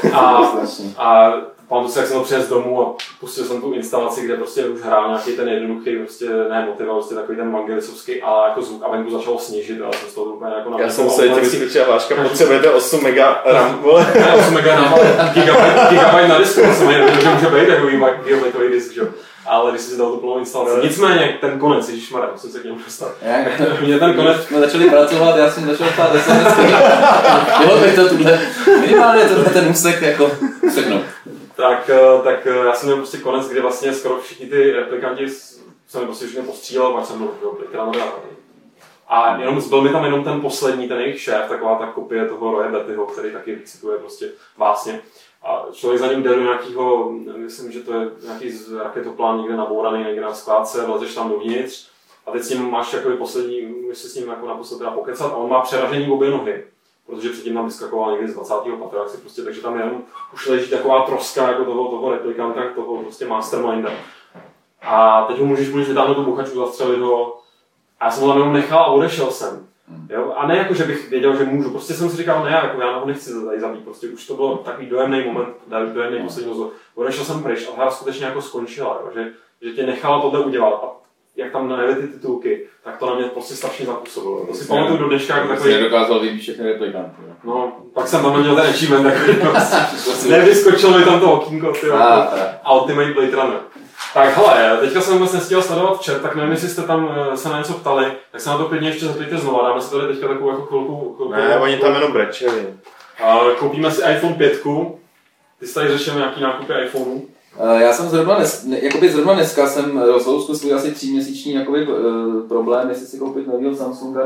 A pamatuju si, jak jsem to přines domů a pustil jsem tu instalaci, kde prostě už hrál nějaký ten jednoduchý, prostě ne motiv, ale prostě takový ten evangelisovský, ale jako zvuk a venku začalo sněžit, ale jsem z toho úplně jako já jsem se tím vyskočil, Váška, potřebujete 8 mega RAM, vole. Ne, 8 mega RAM, ale gigabyte na disku, jsem nevěděl, že může být takový gigabytový disk, že jo. Ale když jsi si dal tu plnou instalaci. Nicméně, ten konec, ježišmarja, musím se k němu dostat. Mě ten konec... Jsme začali pracovat, já jsem začal ptát SMSky. Jo, bych to tuhle, minimálně ten úsek jako useknout. Tak já jsem měl prostě konec, kdy vlastně skoro všichni ty replikanti jsem prostě všechny postřílel, pak jsem byl Blade Runner A byl mi tam jenom ten poslední, ten jejich šéf, taková ta kopie toho Roye Bettyho, který taky cituje prostě básně. A člověk za ním jde do nějakého, myslím, že to je nějaký raketoplán někde nabouraný, někde na skládce, vlezeš tam dovnitř a teď s ním máš jakoby poslední, můžeš s ním jako naposled teda pokecat a on má přeražený obě nohy, protože předtím tam vyskakoval někdy z 20. patra, prostě, takže tam jenom už leží taková troska jako toho replikanta, toho prostě masterminda. A teď ho můžeš vytáhnout do buchačku, zastřelit ho. A já jsem ho tam jenom nechal a odešel jsem. Jo? A ne jako, že bych věděl, že můžu. Prostě jsem si říkal, ne, jako já ho nechci tady zabít. Prostě už to byl takový dojemný moment, dojemný poslední rozhovor. Odešel jsem pryč a hra skutečně jako skončila, jo? Že tě nechala tohle udělat. A jak tam najeli ty titulky, tak to na mě prostě strašně zapůsobilo. To si pamatuju do dneška jako takový... nedokázal vybít všechny replikanty. No, pak jsem tam neměl ten achievement takový prostě. Nevyskočilo mi tam to okýnko, Ultimate Blade Runner. Tak hele, teďka jsem vůbec nestihl sledovat chat, tak nevím, jestli jste tam se na něco ptali, tak se na to klidně ještě zeptejte znova, dáme si tady teďka takovou jako chvilku. Ne, oni tam jenom brečeli. Koupíme si iPhone 5, ty jsi tady řešil nějaký nákupy iPhoneu? Já jsem zrovna dneska jsem rozlouskl svůj asi 3měsíční problém, jestli si koupit novýho Samsunga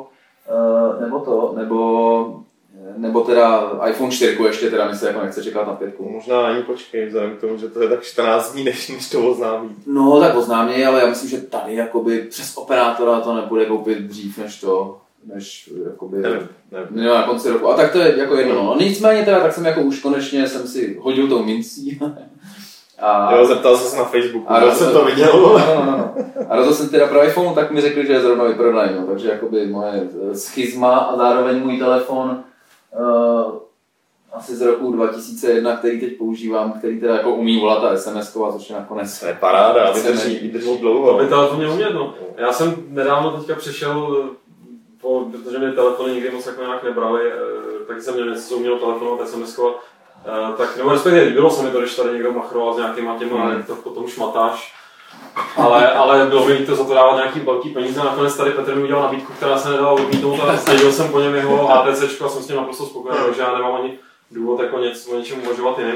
nebo teda iPhone 4 ještě, teda mi se jako nechce čekat na 5. Možná ani počkej, vzhledem k tomu, že to je tak 14 dní, než to oznámí. No tak oznámí, ale já myslím, že tady jakoby přes operátora to nebude koupit dřív než jakoby na konci roku. A tak to je jako jedno. No. Nicméně teda tak jsem jako už konečně jsem si hodil tou mincí. Jo, zeptal jsem se na Facebooku, já jsem to viděl. No. A rozhodl jsem teda pro iPhone, tak mi řekli, že je zrovna vyprodaný. No. Takže jakoby moje schizma a zároveň můj telefon asi z roku 2001, který teď používám, který teda jako umí volat a SMS-kovat, což je nakonec... To je paráda, vydrží dlouho. To by telefon měl umět, no. Já jsem nedávno teďka přišel, protože mě telefony nikdy moc jako nějak nebrali, tak jsem měl něco, co uměl telefonovat, SMS-kovat. Tak nebo respektive líbilo se mi to, když tady někdo machroval s nějakýma těma, to potom šmatáš. Ale bylo by to za to dávat nějaký velký peníze. Nakonec tady Petr mi udělal nabídku, která se nedala odmítnout a sledil jsem po něm jeho HTCčko a jsem s tím naprosto spokojený, takže já nemám ani důvod jako o něčem uvažovat jiným.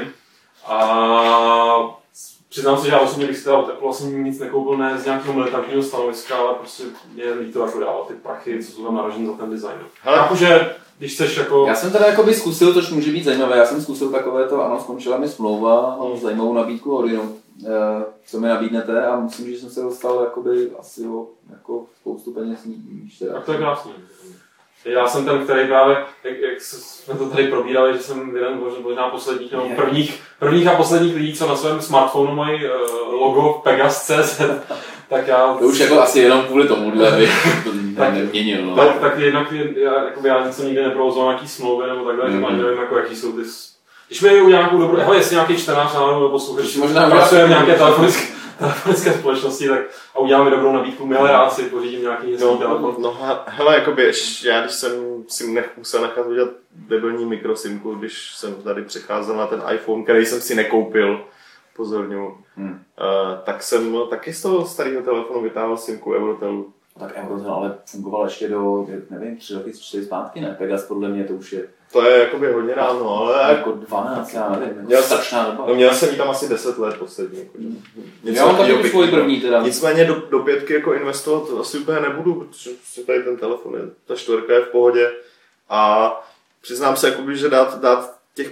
A přiznám se, že já osobně bych si teda od Apple vlastně nic nekoupil, ne z nějakého militantního stanoviska, ale prostě je líto jako dávat ty prachy, co jsou tam naražen za ten design. Chápu, že když chceš jako... Já jsem teda jakoby zkusil, což může být zajímavé, já jsem zkusil takovéto, ano, skončila mi smlouva, mám zajímavou nabídku od jinou, co mi nabídnete a myslím, že jsem se dostal jakoby asi o jako spoustu peněz níž. Tak to je krásný. Já jsem ten, který právě, jak jsme to tady probírali, že jsem jeden možná posledních, nebo prvních a posledních lidí, co na svém smartphonu mají logo Pegas.cz, tak já... To už jako asi jenom kvůli tomuhle bych to neměnil. No. Tak jednak já jsem nikdy neprovozoval nějaký smlouvy nebo takhle, že ani nevím, jaký jsou ty... Když mi udělá nějakou dobrou... Hele, jestli nějaký čtenář nebo posluchač pracuje v nějaké telefonické společnosti, tak a uděláme dobrou nabídku, milé rád si pořídím nějaký hezký telefon. No hele, jakoby, já když jsem si musel nechat udělat debilní mikrosimku, když jsem tady přecházel na ten iPhone, který jsem si nekoupil, pozorňuji, tak jsem taky z toho starého telefonu vytáhl simku Eurotelu. Tak Eurotel ale fungoval ještě do, nevím, 3 roky, 4 zpátky, ne? Pegas podle mě to už je... To je jakoby hodně dávno, ale... Jako 12, já nevím, strašná doba. No měl jsem jí tam asi 10 let poslední. Já mám taky svůj první teda. Nicméně do 5 jako investovat asi úplně nebudu, protože tady ten telefon je, ta 4 je v pohodě. A přiznám se, jakoby, že dát těch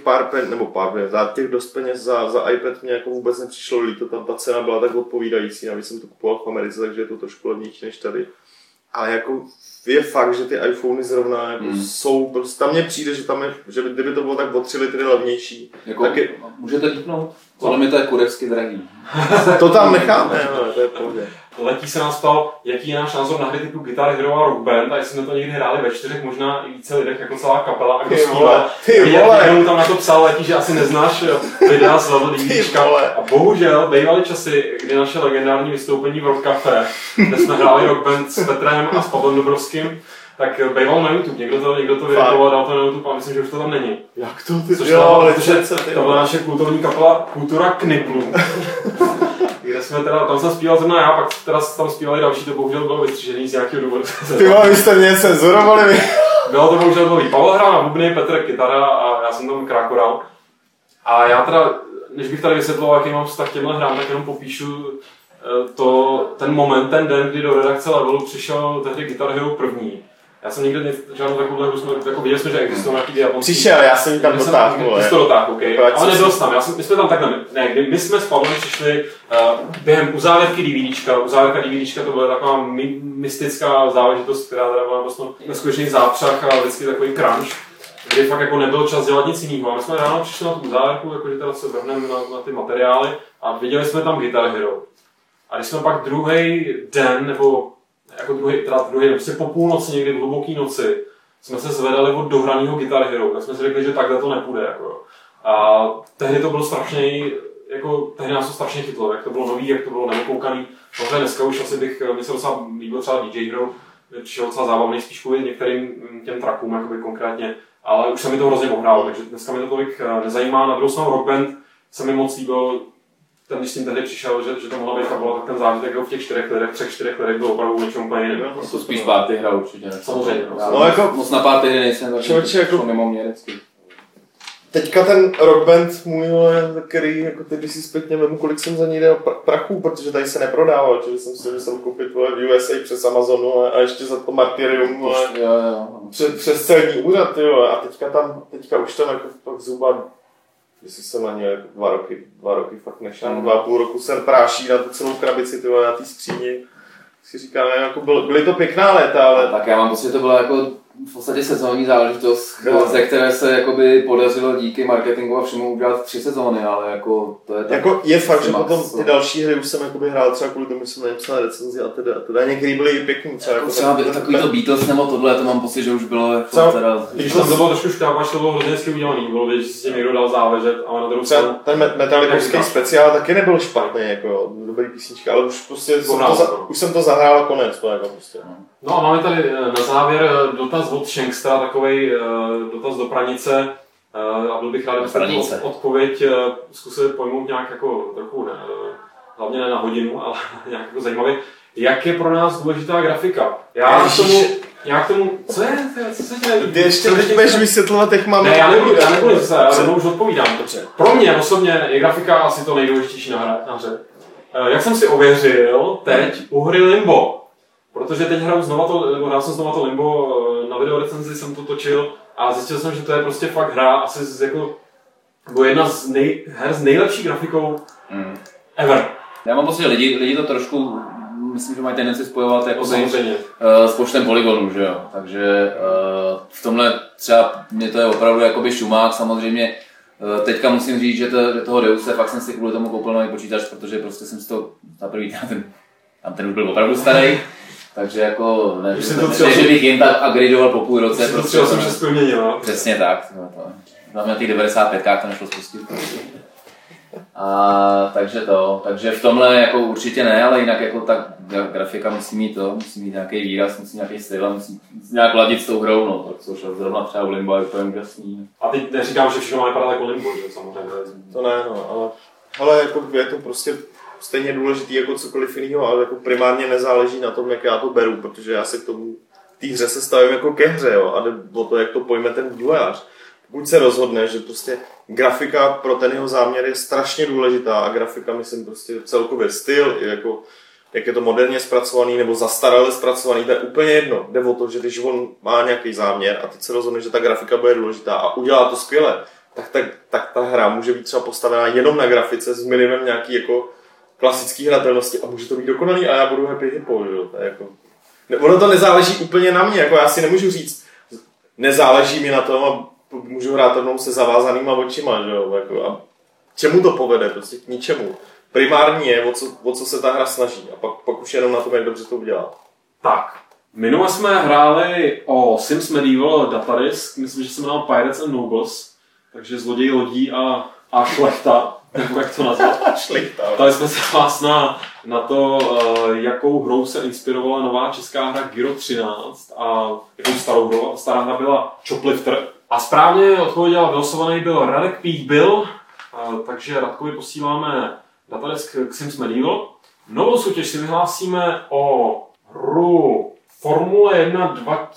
dát těch dost peněz za iPad mě jako vůbec nepřišlo líto, tam ta cena byla tak odpovídající, navíc jsem to kupoval v Americe, takže je to trošku levnější než tady. Ale jako je fakt, že ty iPhony zrovna jako jsou, prostě tam mně přijde, že kdyby to bylo tak o 3 litry levnější. Jako, tak je... Můžete lípnout? Podle mě to je kurevsky drahý. To tam necháme, no, to je pohodě. Letí se nás ptal, jaký je náš názor na hry typu Guitar Hero a Rock Band, a jestli jsme to někdy hráli ve 4, možná i více lidech jako celá kapela, a kdo zpívá. Jenom tam na to psal, Letí, že asi neznáš videa z Level Indíčka. A bohužel bývaly časy, kdy naše legendární vystoupení v Rock Café, kde jsme hráli Rock Band s Petrem a s Pavlem Dobrovským, tak býval na YouTube, někdo to vyrekoval, dal to na YouTube a myslím, že už to tam není. Jak to ty? Což to byla naše kulturní kapela Kultura Kniplu. Kde jsme teda, tam jsem zpíval zrovna já, pak teda tam zpívali další, to bohužel bylo vystřížený z nějakého důvodu. Ty vy jste mě cenzurovali mi. Bylo to bohužel dobrý. Pavel hrál na bubny, Petr kytara a já jsem tam krákoral. A já teda, než bych tady vysvětloval, jaký mám vztah k těmhle hrám, tak jenom popíšu ten moment, ten den, kdy do redakce Levelu přišel tehdy Guitar Hero první. Já jsem nikdy žádnou takovouhle hru, jako viděli jsme, že existují nějaký japonský. Přišel, já jsem ji tam dotáhl. Ty jsi to dotáhl, okay. Ale nebyl jsi tam, my jsme tam takhle, ne, kdy my jsme s Pavlem přišli během uzávěrky DVDčka. Uzávěrka DVDčka to byla taková mystická záležitost, která teda byla vlastně neskutečný zápřah a vždycky takový crunch, kdy fakt jako nebyl čas dělat nic jiného. A my jsme ráno přišli na tu uzávěrku, jakože teda se vrhneme na ty materiály a viděli jsme tam Guitar Hero. A když jsme pak druhý den, nebo jako druhý den, prostě po půlnoci, někdy v hluboké noci, jsme se zvedali od dohraného Guitar Hero, tak jsme si řekli, že takhle to nepůjde. Jako. A tehdy to bylo strašně, jako tehdy nás to strašně chytlo, jak to bylo nový, jak to bylo nevykoukaný. Samozřejmě dneska už asi mi se docela líbil třeba DJ Hero, přišel docela zábavný spíš kvůli některým těm trackům jakoby konkrétně, ale už se mi to hrozně ohrálo, takže dneska mi to tolik nezajímá. Na druhou stranu Rock Band se mi moc líbil, ten, když s tím tehdy přišel, že to mohla být fabula, tak ten zážitek v těch 4 lidech byl opravdu něčem úplně jiným. To spíš party hra určitě. Samozřejmě. No jako moc na party hry nejsem, takže jako mimo mě vždycky. Teďka ten Rock Band můj, který jako teď když si zpětně vemu, kolik jsem za něj dal prachu, protože tady se neprodával, čili jsem si musel koupit v USA přes Amazonu a ještě za to martyrium přes celní úřad, jo. A teďka už tam jako fakt zhruba, jestli jsem na ně 2 roky fakt nešel, 2,5 roku jsem práší na tu celou krabici, tyhle, na té skříni. Si říkám, jako byly to pěkná léta, ale... Tak já mám pocit, že to byla jako v podstatě sezónní záležitost, ze které se jakoby podařilo díky marketingu a všemu udělat 3 sezóny, ale jako to je tak... Jako je fakt, že potom ty další hry už jsem jakoby hrál třeba kvůli tomu, že jsem napsal recenzi a teda některý byly i pěkný. Třeba takový to Beatles nebo tohle, to mám pocit, že už bylo jako teda... Když tam to bylo trošku šťávač, to bylo hrozně hezky udělaný, bylo vidět, že si s tím někdo dal záležet, ale na druhou stranu... Ten Metallicovský speciál taky nebyl špatný, jako dobrý písnička, ale už prostě už jsem to zahrál a konec, to jako prostě. No a máme tady na závěr dotaz od Shankstra, takovej dotaz do pranice. A byl bych rád, abyste odpověď zkusili pojmout nějak jako trochu, ne, hlavně ne na hodinu, ale nějak jako zajímavě. Jak je pro nás důležitá grafika? Já k tomu, co se tě nelíbí? Ty ještě teď budeš vysvětlovat, jak mám... Ne, já nebudu zase, já rovnou už odpovídám. Pro mě osobně je grafika asi to nejdůležitější na hře. Jak jsem si ověřil teď u hry Limbo, protože teď hrál jsem znova to Limbo, na videorecenzi jsem to točil a zjistil jsem, že to je prostě fakt hra, asi jako jedna z her s nejlepší grafikou ever. Já mám pocit, že lidi to trošku, myslím, že mají tendenci spojovat jako s počtem polygonů, že jo, takže v tomhle třeba mě to je opravdu jakoby šumák, samozřejmě. Teďka musím říct, že toho Deuse fakt jsem si kvůli tomu koupil nový počítač, protože prostě jsem si to za první ten už byl opravdu starý. Takže jako, ne, že bych jen tak upgradeoval po půl roce. Prostě jsem se zproměnil. Přesně tak. Hlavně na těch 95kách to nešlo spustit. Takže v tomhle jako určitě ne, ale jinak jako ta grafika musí mít nějaký výraz, musí nějaký styl a musí nějak ladit s tou hrou, no, což zrovna třeba u Limbo je úplně úžasný. A teď neříkám, že všechno má vypadat jako Limbo, že samozřejmě. To ne, no, ale jako je to prostě stejně důležitý jako cokoliv jiného, ale jako primárně nezáleží na tom, jak já to beru, protože já se k tomu té hře se stavím jako ke hře, jo, a jde o to, jak to pojme ten vývojář. Pokud se rozhodne, že prostě grafika pro ten jeho záměr je strašně důležitá a grafika, myslím, prostě celkově styl, jako, jak je to moderně zpracovaný nebo zastarale zpracovaný, to je úplně jedno. Jde o to, že když on má nějaký záměr a teď se rozhodne, že ta grafika bude důležitá a udělá to skvěle, tak ta hra může být třeba postavená jenom na grafice s minimem nějaký jako klasický hratelnosti a může to být dokonalý a já budu happy hippo, že jo, to je jako... Ono to nezáleží úplně na mě, jako já si nemůžu říct, nezáleží mi na tom a můžu hrát rovnou se zavázanýma očima, že jo, jako a čemu to povede, prostě k ničemu. Primární je, o co se ta hra snaží a pak už jenom na tom, jak dobře to udělá. Tak, minule jsme hráli o Sims Medieval Datadisk, myslím, že se jmenoval Pirates and Nobles, takže zloděj lodí a šlechta, nebo jak to nazvat. Šlechta. Ptali jsme se vás na to, jakou hrou se inspirovala nová česká hra Gyro 13 a jakou starou hru. A ta stará hra byla Choplifter. A správně odpověděl vylosovaný byl Radek Píchbil, takže Radkovi posíláme datadisk k Sims Medieval. Novou soutěž si vyhlásíme o hru Formule 1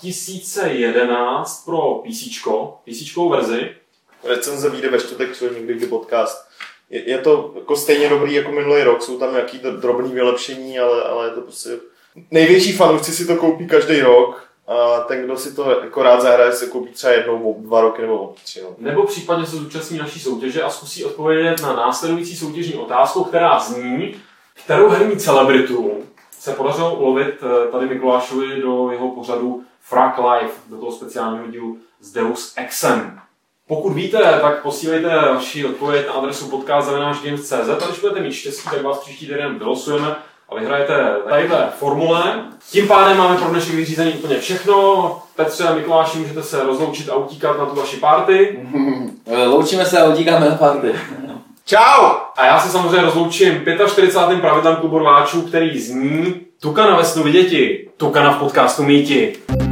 2011 pro PCčkovou verzi. Recenze vyjde ve čtvrtek, někdy, kdy podcast je to jako stejně dobrý jako minulý rok, jsou tam nějaký drobný vylepšení, ale je to prostě... Největší fanoušci si to koupí každý rok a ten, kdo si to jako rád zahraje, si koupí třeba jednou 2 roky nebo 3. No. Nebo případně se zúčastní naší soutěže a zkusí odpovědět na následující soutěžní otázku, která zní, kterou herní celebritu se podařilo ulovit tady Mikulášovi do jeho pořadu Frag Live, do toho speciálního dílu s Deus Exem. Pokud víte, tak posílejte vaši odpověď na adresu podcast@games.cz a když budete mít štěstí, tak vás příští týden vylosujeme a vyhrajete tadyhle formule. Tím pádem máme pro dnešek vyřízený úplně všechno. Petře a Mikuláši, můžete se rozloučit a utíkat na tu vaši party. Loučíme se a utíkáme na party. Čau! A já se samozřejmě rozloučím 45. pravidlem klubu rváčů, který zní Tukana ve snu viděti, Tukana v podcastu míti.